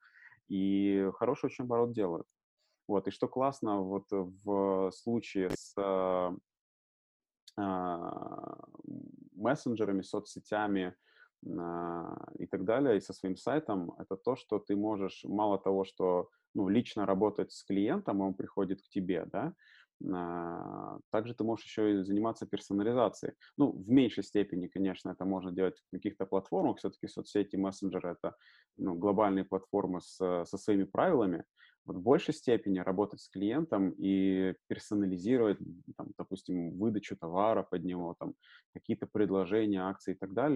и хороший очень оборот делают. Вот, и что классно вот в случае с э, а, мессенджерами, соцсетями а, и так далее, и со своим сайтом, это то, что ты можешь мало того, что ну, лично работать с клиентом, он приходит к тебе, да, а, также ты можешь еще и заниматься персонализацией. Ну, в меньшей степени, конечно, это можно делать в каких-то платформах, все-таки соцсети, мессенджеры — это ну, глобальные платформы с, со своими правилами. Вот в большей степени работать с клиентом и персонализировать, там, допустим, выдачу товара под него, там, какие-то предложения, акции и так далее,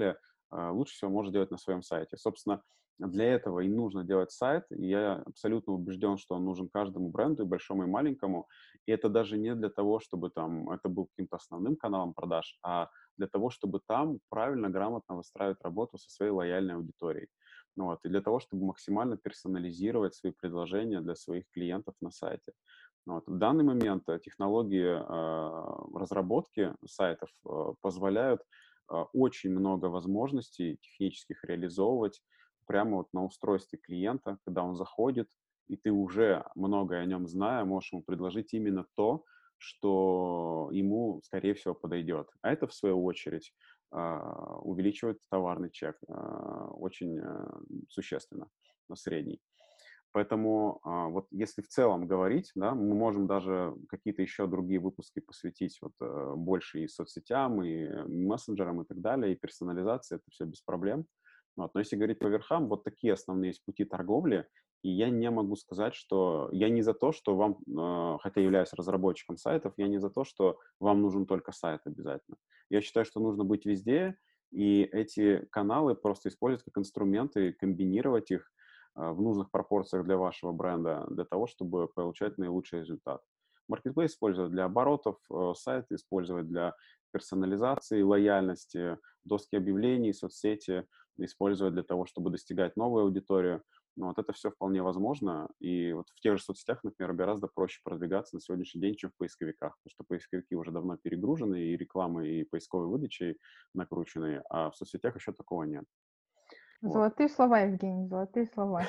лучше всего можно делать на своем сайте. Собственно, для этого и нужно делать сайт, и я абсолютно убежден, что он нужен каждому бренду, и большому, и маленькому. И это даже не для того, чтобы там это был каким-то основным каналом продаж, а для того, чтобы там правильно, грамотно выстраивать работу со своей лояльной аудиторией. Ну вот, и для того, чтобы максимально персонализировать свои предложения для своих клиентов на сайте. Ну вот. В данный момент э, технологии э, разработки сайтов э, позволяют э, очень много возможностей технических реализовывать прямо вот на устройстве клиента, когда он заходит, и ты уже многое о нем зная, можешь ему предложить именно то, что ему, скорее всего, подойдет. А это, в свою очередь, а, увеличивает товарный чек а, очень а, существенно, на средний. Поэтому а, вот если в целом говорить, да, мы можем даже какие-то еще другие выпуски посвятить вот, э, больше и соцсетям, и мессенджерам, и так далее, и персонализации, это все без проблем. Вот. Но если говорить по верхам, вот такие основные есть пути торговли, и я не могу сказать, что я не за то, что вам, э, хотя являюсь разработчиком сайтов, я не за то, что вам нужен только сайт обязательно. Я считаю, что нужно быть везде, и эти каналы просто использовать как инструменты, комбинировать их а, в нужных пропорциях для вашего бренда, для того, чтобы получать наилучший результат. Marketplace использовать для оборотов, э, сайт использовать для персонализации, лояльности, доски объявлений, соцсети использовать для того, чтобы достигать новую аудиторию. Но вот это все вполне возможно. И вот в тех же соцсетях, например, гораздо проще продвигаться на сегодняшний день, чем в поисковиках, потому что поисковики уже давно перегружены и рекламой, и поисковой выдачей накручены, а в соцсетях еще такого нет. Вот. Золотые слова, Евгений, золотые слова.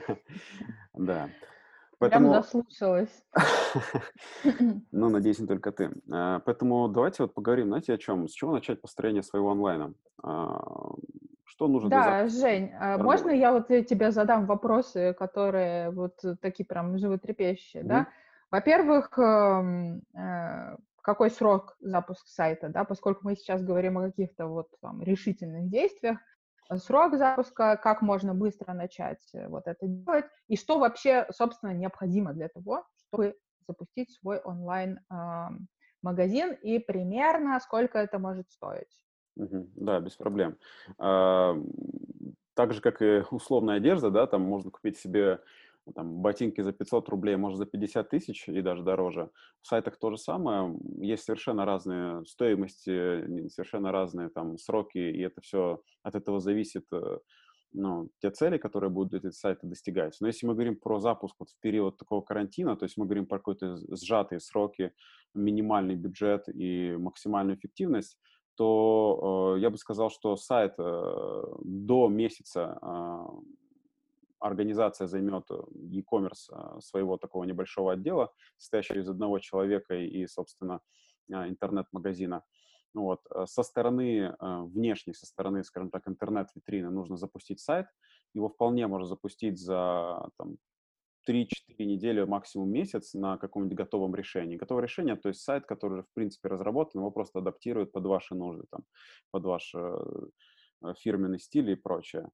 Да. Прям Поэтому, заслушалась. ну, надеюсь, не только ты. А, Поэтому давайте вот поговорим, знаете, о чем? С чего начать построение своего онлайна? А, Что нужно для Да, запуска Жень, а можно торговли? я вот э, тебе задам вопросы, которые вот э, такие прям животрепещущие, Мгм. да? Во-первых, эм, э, какой срок запуска сайта, да, поскольку мы сейчас говорим о каких-то вот там решительных действиях, э, срок запуска, как можно быстро начать э, вот это делать, и что вообще, собственно, необходимо для того, чтобы запустить свой онлайн-магазин, и примерно сколько это может стоить. Мгм. Да, без проблем. А, м, Так же, как и условная одежда, да, там можно купить себе ну, там, ботинки за пятьсот рублей, может, за пятьдесят тысяч и даже дороже. В сайтах то же самое. Есть совершенно разные стоимости, н- совершенно разные там сроки, и это все от этого зависит, э, ну, те цели, которые будут эти сайты достигать. Но если мы говорим про запуск вот в период такого карантина, то есть мы говорим про какой-то с- сжатые сроки, минимальный бюджет и максимальную эффективность, то э, я бы сказал, что сайт э, до месяца э, организация займет э, e-commerce э, своего такого небольшого отдела, состоящего из одного человека и, собственно, э, интернет-магазина. Ну вот. э, Со стороны э, внешней, со стороны, скажем так, интернет-витрины нужно запустить сайт. Его вполне можно запустить за там, три-четыре недели, максимум месяц на каком-нибудь готовом решении. Готовое решение, то есть сайт, который, в принципе, разработан, его просто адаптируют под ваши нужды, там, под ваш э, э, фирменный стиль и прочее.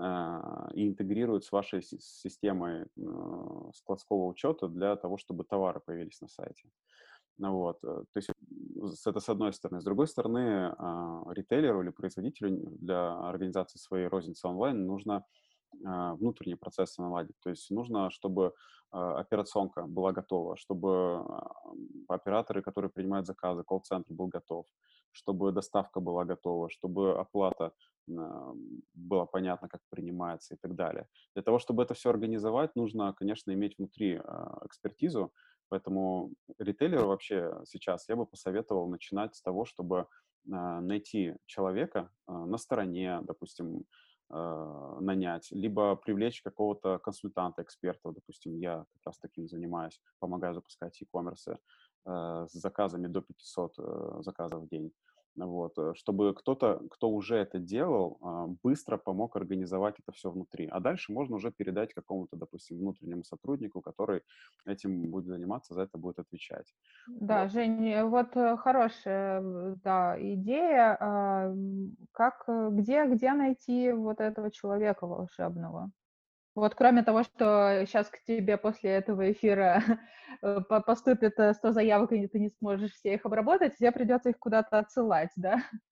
А, И интегрируют с вашей си- системой э, складского учета для того, чтобы товары появились на сайте. Ну вот, э, то есть м, с- это с одной стороны. С другой стороны, а, ритейлеру или производителю для организации своей розницы онлайн нужно а, внутренние процессы наладить. То есть нужно, чтобы а, операционка была готова, чтобы а, м, операторы, которые принимают заказы, колл-центр был готов, чтобы доставка была готова, чтобы оплата а, была понятна, как принимается и так далее. Для того, чтобы это все организовать, нужно, конечно, иметь внутри а, экспертизу. Поэтому ритейлеру вообще сейчас я бы посоветовал начинать с того, чтобы а, найти человека а, на стороне, допустим, э, нанять, либо привлечь какого-то консультанта, эксперта. Допустим, я как раз таким занимаюсь, помогаю запускать e-commerce э, с заказами до пятисот э, заказов в день. Вот, э, чтобы кто-то, кто уже это делал, а, быстро помог организовать это все внутри. А дальше можно уже передать какому-то, допустим, внутреннему сотруднику, который этим будет заниматься, за это будет отвечать. Да, Вот. Жень, э, вот э, хорошая, э, да, идея. А, м, Как, э, где, где найти вот этого человека волшебного? Вот кроме того, что сейчас к тебе после этого эфира э, по- поступит э, сто заявок, и ты не сможешь все их обработать, тебе придется их куда-то отсылать, да?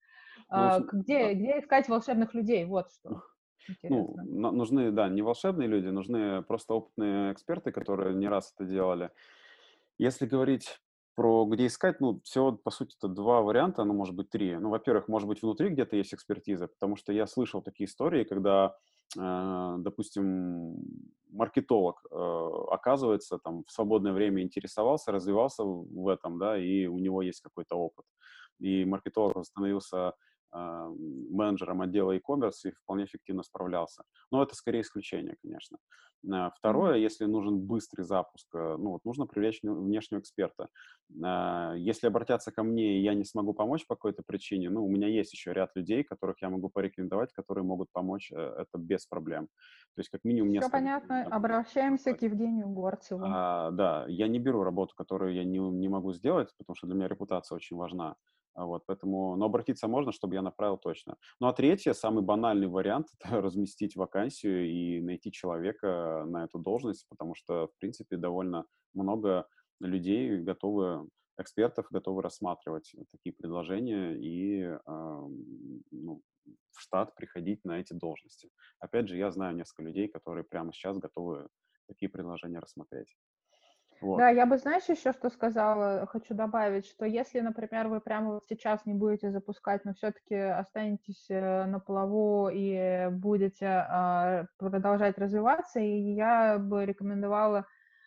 Ну, в А, общем, к да. где где искать волшебных людей? Вот что Ну, интересно. на- нужны, да, не волшебные люди, нужны просто опытные эксперты, которые не раз это делали. Если говорить про где искать, ну, всего, по сути, это два варианта, ну, может быть, три. Ну, во-первых, может быть, внутри где-то есть экспертиза, потому что я слышал такие истории, когда, э, допустим, маркетолог, э, оказывается, там, в свободное время интересовался, развивался в в этом, да, и у него есть какой-то опыт. И маркетолог становился а, менеджером отдела e-commerce и вполне эффективно справлялся. Но это скорее исключение, конечно. А, Мгм. Второе, если нужен быстрый запуск, э, ну вот нужно привлечь вне- внешнего эксперта. А, Если обратятся ко мне, и я не смогу помочь по какой-то причине, ну, у меня есть еще ряд людей, которых я могу порекомендовать, которые могут помочь э, это без проблем. То есть как минимум Всё несколько понятно. там, Обращаемся к назвать. Евгению Горцеву. А, да, я не беру работу, которую я не, не могу сделать, потому что для меня репутация очень важна. А Вот, поэтому, но обратиться можно, чтобы я направил точно. Ну, а третье, самый банальный вариант, это разместить вакансию и найти человека на эту должность, потому что, в принципе, довольно много людей готовы, экспертов готовы рассматривать такие предложения и ам, ну, в штат приходить на эти должности. Опять же, я знаю несколько людей, которые прямо сейчас готовы такие предложения рассмотреть. Вот. Да, я бы, знаешь, еще что сказала, хочу добавить, что если, например, вы прямо вот сейчас не будете запускать, но все-таки останетесь э, на плаву и будете а, продолжать развиваться, и я бы рекомендовала,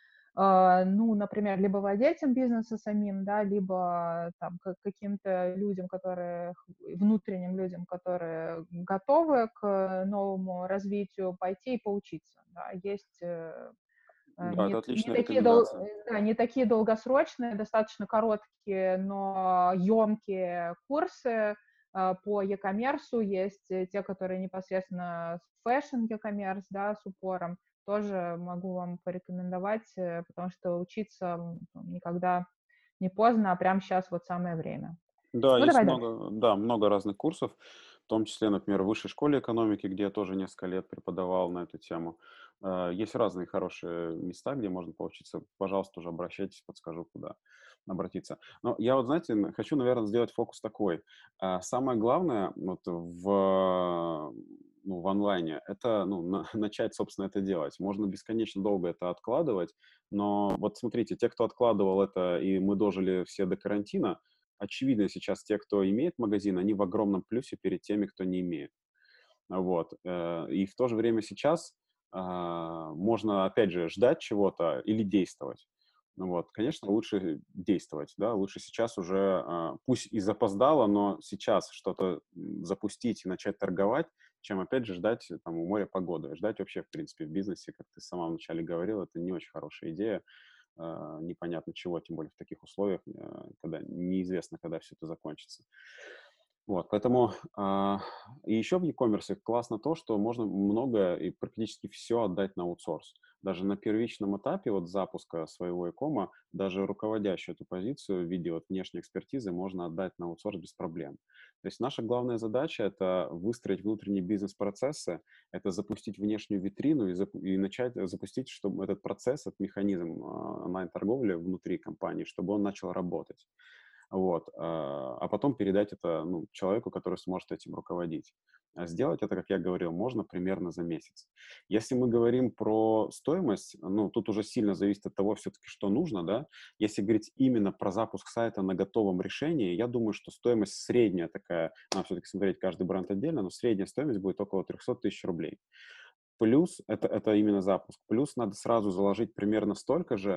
а, ну, например, либо владельцам бизнеса самим, да, либо там ка- каким-то людям, которые, внутренним людям, которые готовы к новому развитию, пойти и поучиться, да. Есть э, Э, Да, это не не отличная такие дол рекомендация. э, да, не такие долгосрочные, достаточно короткие, но ёмкие курсы, а, по e-коммерсу. Есть, э, те, которые непосредственно с фэшн e-commerce, да, с упором. Тоже могу вам порекомендовать, э, потому что учиться, м, никогда не поздно, а прямо сейчас вот самое время. Да, Ну, есть давай дальше. много, да, много разных курсов, в том числе, например, в Высшей школе экономики, где я тоже несколько лет преподавал на эту тему. Э, Есть разные хорошие места, где можно поучиться. Пожалуйста, уже обращайтесь, подскажу, куда обратиться. Но я вот, знаете, н- хочу, наверное, сделать фокус такой. А, Самое главное вот в, ну, в онлайне — это ну, на- начать, собственно, это делать. Можно бесконечно долго это откладывать, но вот смотрите, те, кто откладывал это, и мы дожили все до карантина, очевидно, сейчас те, кто имеет магазин, они в огромном плюсе перед теми, кто не имеет. Вот. э, И в то же время сейчас а, можно, опять же, ждать чего-то или действовать. Ну вот, конечно, лучше действовать, да, лучше сейчас уже, а, пусть и запоздало, но сейчас что-то м, запустить и начать торговать, чем, опять же, ждать э, там у моря погоды. Ждать вообще, в принципе, в бизнесе, как ты в самом начале говорил, это не очень хорошая идея, а, непонятно чего, тем более в таких условиях, а, когда неизвестно, когда все это закончится. Вот, поэтому а, и еще в e-commerce классно то, что можно много и практически все отдать на аутсорс. Даже на первичном этапе вот запуска своего e-кома, даже руководящую эту позицию в виде вот внешней экспертизы можно отдать на аутсорс без проблем. То есть наша главная задача — это выстроить внутренние бизнес-процессы, это запустить внешнюю витрину и, запу- и начать запустить, чтобы этот процесс, этот механизм а, онлайн-торговли внутри компании, чтобы он начал работать. Вот, а а потом передать это, ну, человеку, который сможет этим руководить. А сделать это, как я говорил, можно примерно за месяц. Если мы говорим про стоимость, ну, тут уже сильно зависит от того все-таки, что нужно, да. Если говорить именно про запуск сайта на готовом решении, я думаю, что стоимость средняя такая, надо все-таки смотреть каждый бренд отдельно, но средняя стоимость будет около триста тысяч рублей. Плюс, это, это именно запуск, плюс надо сразу заложить примерно столько же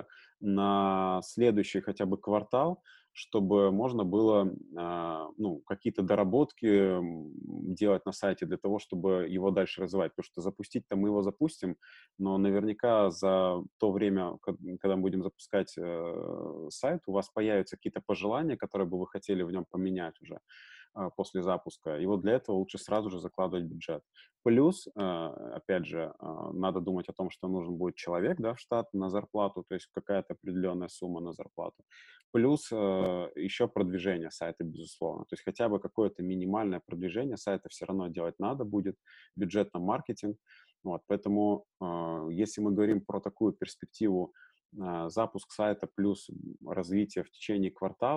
на следующий хотя бы квартал, чтобы можно было а, ну, какие-то доработки м, делать на сайте для того, чтобы его дальше развивать. Потому что запустить-то мы его запустим, но наверняка за то время, ко- когда мы будем запускать э, сайт, у вас появятся какие-то пожелания, которые бы вы хотели в нем поменять уже а, после запуска. И вот для этого лучше сразу же закладывать бюджет. Плюс, э, опять же, а, надо думать о том, что нужен будет человек, да, в штат на зарплату, то есть какая-то определенная сумма на зарплату. Плюс э, еще продвижение сайта, безусловно. То есть хотя бы какое-то минимальное продвижение сайта все равно делать надо будет, бюджет на маркетинг. Вот, поэтому э, если мы говорим про такую перспективу, э, запуск сайта плюс развитие в течение квартала,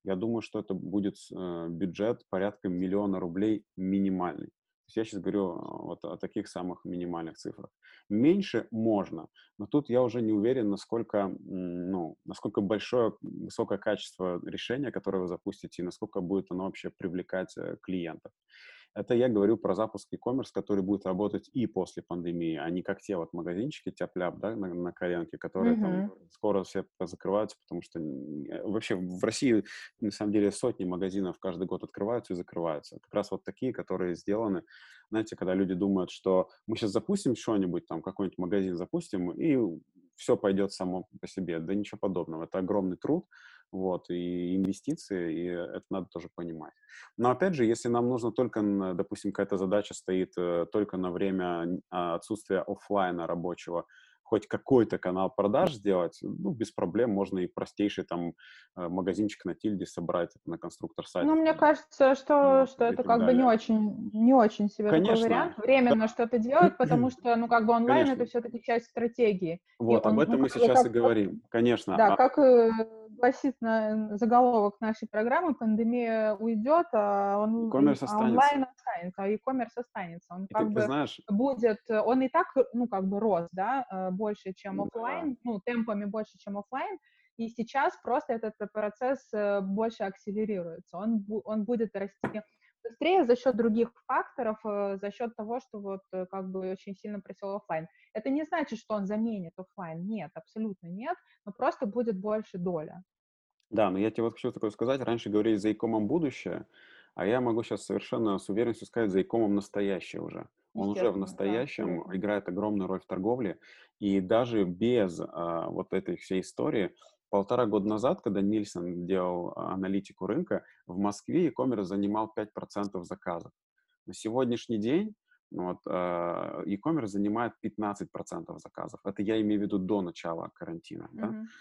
я думаю, что это будет э, бюджет порядка миллиона рублей минимальный. То есть я сейчас говорю э, вот о таких самых минимальных цифрах. Меньше можно, но тут я уже не уверен, насколько, м, ну, насколько большое, высокое качество решения, которое вы запустите, и насколько будет оно вообще привлекать э, клиентов. Это я говорю про запуск e-commerce, который будет работать и после пандемии, а не как те вот магазинчики тяп-ляп, да, на, на коленке, которые там Мгм. скоро все закрываются, потому что м, э, вообще в России на самом деле сотни магазинов каждый год открываются и закрываются. Как раз вот такие, которые сделаны, знаете, когда люди думают, что мы сейчас запустим что-нибудь, там какой-нибудь магазин запустим, и все пойдет само по себе. Да ничего подобного. Это огромный труд, вот, и инвестиции, и это надо тоже понимать. Но опять же, если нам нужно только, н- допустим, какая-то задача стоит э, только на время н- а, отсутствия оффлайна рабочего, хоть какой-то канал продаж сделать, ну, без проблем можно и простейший там э, магазинчик на тильде собрать на конструктор Ну, сайтов мне кажется, что, вот, что и это так как бы не далее. очень, не очень себе такой Конечно, вариант. Временно что-то делать, потому что, ну, как бы онлайн это конечно. все-таки часть стратегии. И Вот, об он, ну, этом мы как бы, сейчас как, и как- говорим. Конечно, да, а как э, гласит на, заголовок нашей программы, пандемия уйдет, а, он, и- e-commerce а останется. онлайн останется, а e-commerce останется. Он И ты, как ты бы знаешь, будет, э, он и так, ну, как бы рос, да, э, больше, чем да, оффлайн, ну, темпами больше, чем оффлайн, и сейчас просто этот э, процесс э, больше акселерируется. Он, бу- он будет расти быстрее за счет других факторов, э, за счет того, что вот э, как бы очень сильно просел оффлайн. Это не значит, что он заменит оффлайн. Нет, абсолютно нет, но просто будет больше доля. да, но я тебе вот хочу такое сказать. Раньше говорили за икомом будущее, а я могу сейчас совершенно с уверенностью сказать за икомом настоящее уже. Он уже в Естественно, да, настоящем абсолютно. играет огромную роль в торговле. И даже без а, вот этой всей истории, полтора года назад, когда Нильсон делал а, аналитику рынка, в Москве e-commerce занимал пять процентов заказов. На сегодняшний день ну вот, а, e-commerce занимает пятнадцать процентов заказов. Это я имею в виду до начала карантина. Да? Мгм.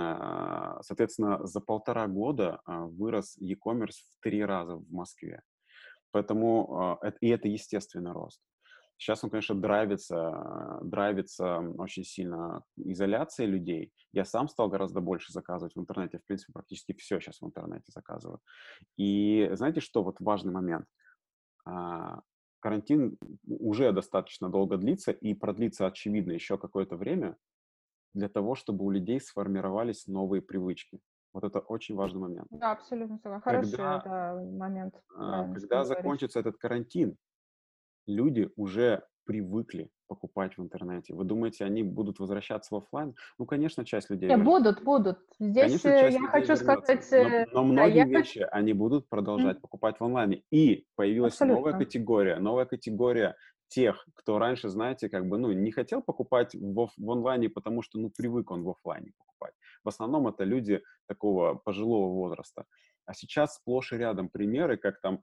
А, Соответственно, за полтора года а, вырос e-commerce в три раза в Москве. Поэтому, а, эт- и это естественный рост. Сейчас он, конечно, драйвится, драйвится очень сильно изоляцией людей. Я сам стал гораздо больше заказывать в интернете. В принципе, практически все сейчас в интернете заказываю. И знаете, что вот важный момент? А, Карантин уже достаточно долго длится и продлится, очевидно, еще какое-то время для того, чтобы у людей сформировались новые привычки. Вот это очень важный момент. Да, абсолютно согласна. Хороший, Когда, да, момент, а, правильно, что когда говоришь. закончится этот карантин, люди уже привыкли покупать в интернете. Вы думаете, они будут возвращаться в оффлайн? Ну, конечно, часть людей Не, вернется. будут, будут. Здесь Конечно, э, часть я людей хочу вернется, сказать, но, э, но да, многие я хочу, вещи они будут продолжать М, покупать в онлайне. И появилась новая абсолютно. категория, новая категория тех, кто раньше, знаете, как бы, ну, не хотел покупать в, оф- в онлайне, потому что, ну, привык он в оффлайне покупать. В основном это люди такого пожилого возраста. А сейчас сплошь и рядом примеры, как там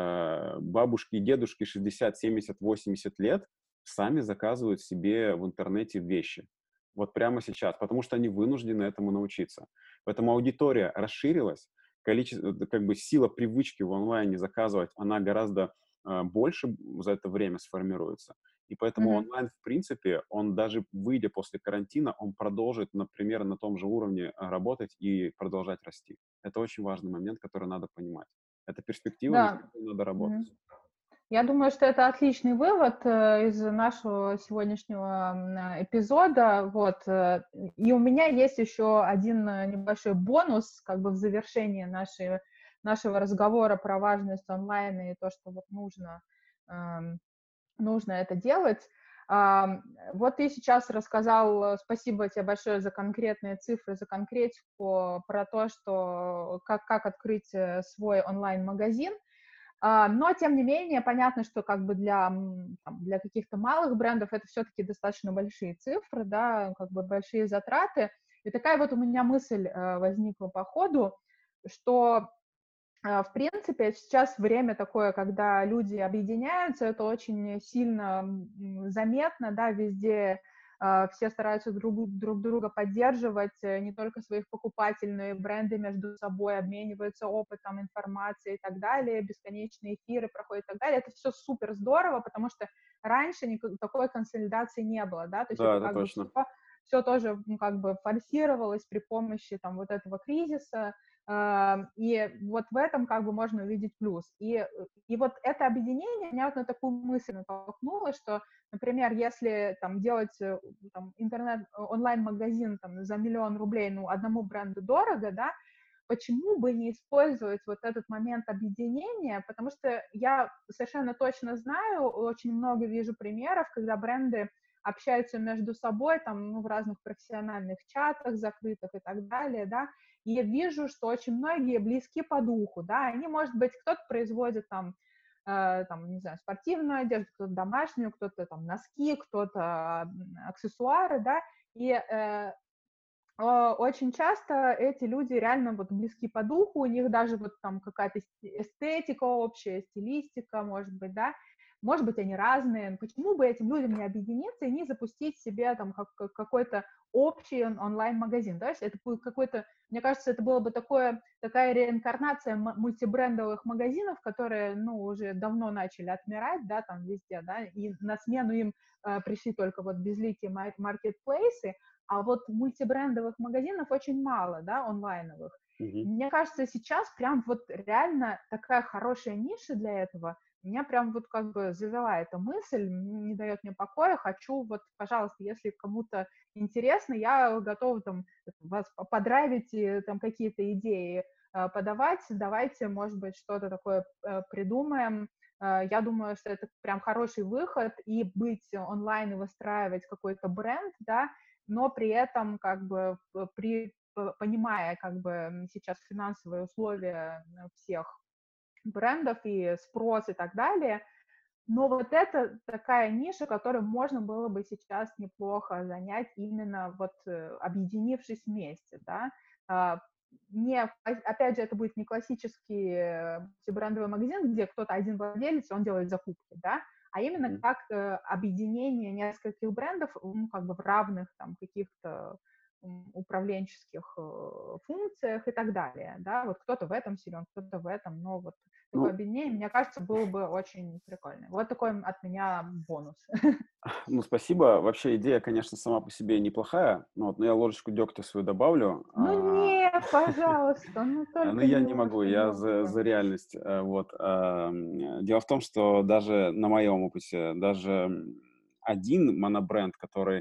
э, бабушки и дедушки шестьдесят, семьдесят, восемьдесят лет сами заказывают себе в интернете вещи. Вот прямо сейчас, потому что они вынуждены этому научиться. Поэтому аудитория расширилась, количество, как бы сила привычки в онлайне заказывать, она гораздо э, больше за это время сформируется. И поэтому Мгм. онлайн, в принципе, он даже выйдя после карантина, он продолжит, например, на том же уровне э, работать и продолжать расти. Это очень важный момент, который надо понимать. Это перспектива, над Да. которой надо работать. Мгм. Я думаю, что это отличный вывод э, из нашего сегодняшнего м, а, эпизода. Вот. э, И у меня есть еще один э, небольшой бонус, как бы в завершении нашей, нашего разговора про важность онлайна и то, что вот нужно, эм, нужно это делать. Ам, Вот ты сейчас рассказал, э, спасибо тебе большое за конкретные цифры, за конкретику, про то, что как, как открыть э, свой онлайн-магазин. А, но тем не менее, понятно, что как бы для, м, там, для каких-то малых брендов это все-таки достаточно большие цифры, да, как бы большие затраты. И такая вот у меня мысль э, возникла по ходу, что а, в принципе, сейчас время такое, когда люди объединяются, это очень сильно м, заметно, да, везде а, все стараются друг, друг друга поддерживать, э, не только своих покупателей, но и бренды между собой обмениваются опытом, информацией и так далее, бесконечные эфиры проходят и так далее. Это все супер здорово, потому что раньше никак- такой консолидации не было, да, то есть Да, это это как бы все, точно. все тоже, ну, как бы форсировалось при помощи там вот этого кризиса, э, и вот в этом как бы можно увидеть плюс. И, и вот это объединение меня вот на такую мысль натолкнуло, что, например, если там делать там, интернет, онлайн-магазин там, за миллион рублей, ну, одному бренду дорого, да, почему бы не использовать вот этот момент объединения, потому что я совершенно точно знаю, очень много вижу примеров, когда бренды общаются между собой, там, ну, в разных профессиональных чатах закрытых и так далее, да, и я вижу, что очень многие близки по духу, да, они, может быть, кто-то производит там, э, там, не знаю, спортивную одежду, кто-то домашнюю, кто-то там носки, кто-то аксессуары, да, и э, очень часто эти люди реально вот близки по духу, у них даже вот там какая-то эстетика общая, стилистика, может быть, да, может быть, они разные. Почему бы этим людям не объединиться и не запустить себе там как, какой-то общий онлайн-магазин, да, это будет какой-то, мне кажется, это было бы такое, такая реинкарнация мультибрендовых магазинов, которые, ну, уже давно начали отмирать, да, там везде, да, и на смену им э, пришли только вот безликие маркетплейсы, а вот мультибрендовых магазинов очень мало, да, онлайновых. Mm-hmm. Мне кажется, сейчас прям вот реально такая хорошая ниша для этого. Меня прям вот как бы завела эта мысль, не дает мне покоя. Хочу вот, пожалуйста, если кому-то интересно, я готова там вас подрайвить, там какие-то идеи подавать. Давайте, может быть, что-то такое придумаем. Я думаю, что это прям хороший выход, и быть онлайн и выстраивать какой-то бренд, да, но при этом как бы при, понимая как бы сейчас финансовые условия всех брендов и спрос и так далее, но вот это такая ниша, которую можно было бы сейчас неплохо занять, именно вот объединившись вместе, да, не, опять же, это будет не классический брендовый магазин, где кто-то один владелец, он делает закупки, да, а именно mm-hmm. как э, объединение нескольких брендов, ну, как бы в равных там каких-то управленческих э, функциях и так далее, да, вот кто-то в этом силен, кто-то в этом, но вот такое ну, объединение, мне кажется, было бы очень прикольно. Вот такой от меня бонус. Ну, спасибо. Вообще идея, конечно, сама по себе неплохая, но, вот, но я ложечку дегтя свою добавлю. Ну нет, пожалуйста, ну только Ну я не могу, я за, за реальность. Вот. Дело в том, что даже на моем опыте, даже один монобренд, который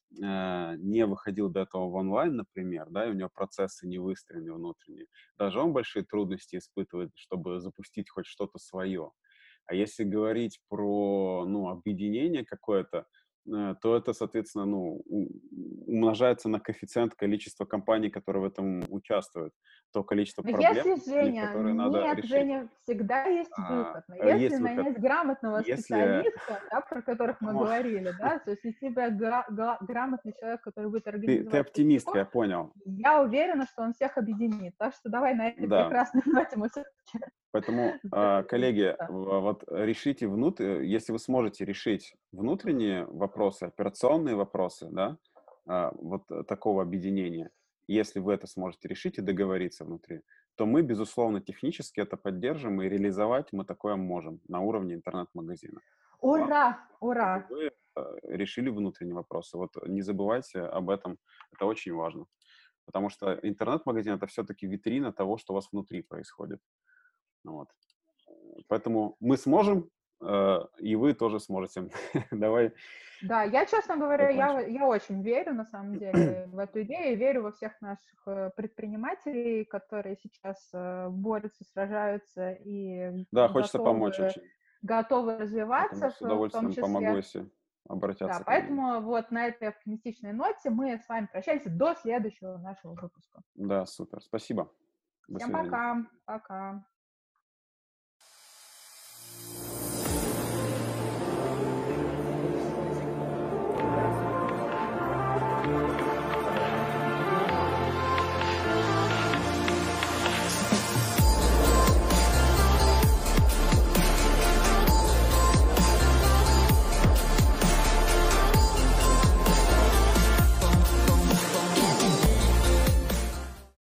не выходил до этого в онлайн, например, да, и у него процессы не выстроены внутренние, даже он большие трудности испытывает, чтобы запустить хоть что-то свое. А если говорить про, ну, объединение какое-то, то это, соответственно, ну, умножается на коэффициент количества компаний, которые в этом участвуют, то количество но проблем, если, Женя, которые нет, надо решить. Женя, всегда есть выход. Но а, если есть нанять выход. грамотного если... специалиста, да, про которых мы Потому... говорили, да, то есть если у тебя гра- гра- грамотный человек, который будет организовать... Ты, ты оптимист, я понял. Я уверена, что он всех объединит. Так что давай на этой да. прекрасной ноте мы все-таки... Поэтому, коллеги, вот решите внутрь, если вы сможете решить внутренние вопросы, операционные вопросы, да, вот такого объединения, если вы это сможете решить и договориться внутри, то мы, безусловно, технически это поддержим, и реализовать мы такое можем на уровне интернет-магазина. Ура! Ура! Вы решили внутренние вопросы. Вот не забывайте об этом, это очень важно. Потому что интернет-магазин — это все-таки витрина того, что у вас внутри происходит. Вот. Поэтому мы сможем, э, и вы тоже сможете. Давай. Да, я, честно говоря, я, я очень верю, на самом деле, в эту идею, и верю во всех наших предпринимателей, которые сейчас борются, сражаются и да, готовы, хочется помочь очень. готовы развиваться. Поэтому с удовольствием в том числе. Помогу, если обратятся да, ко мне. поэтому вот на этой оптимистичной ноте мы с вами прощаемся до следующего нашего выпуска. Да, супер. Спасибо. Всем пока. Пока.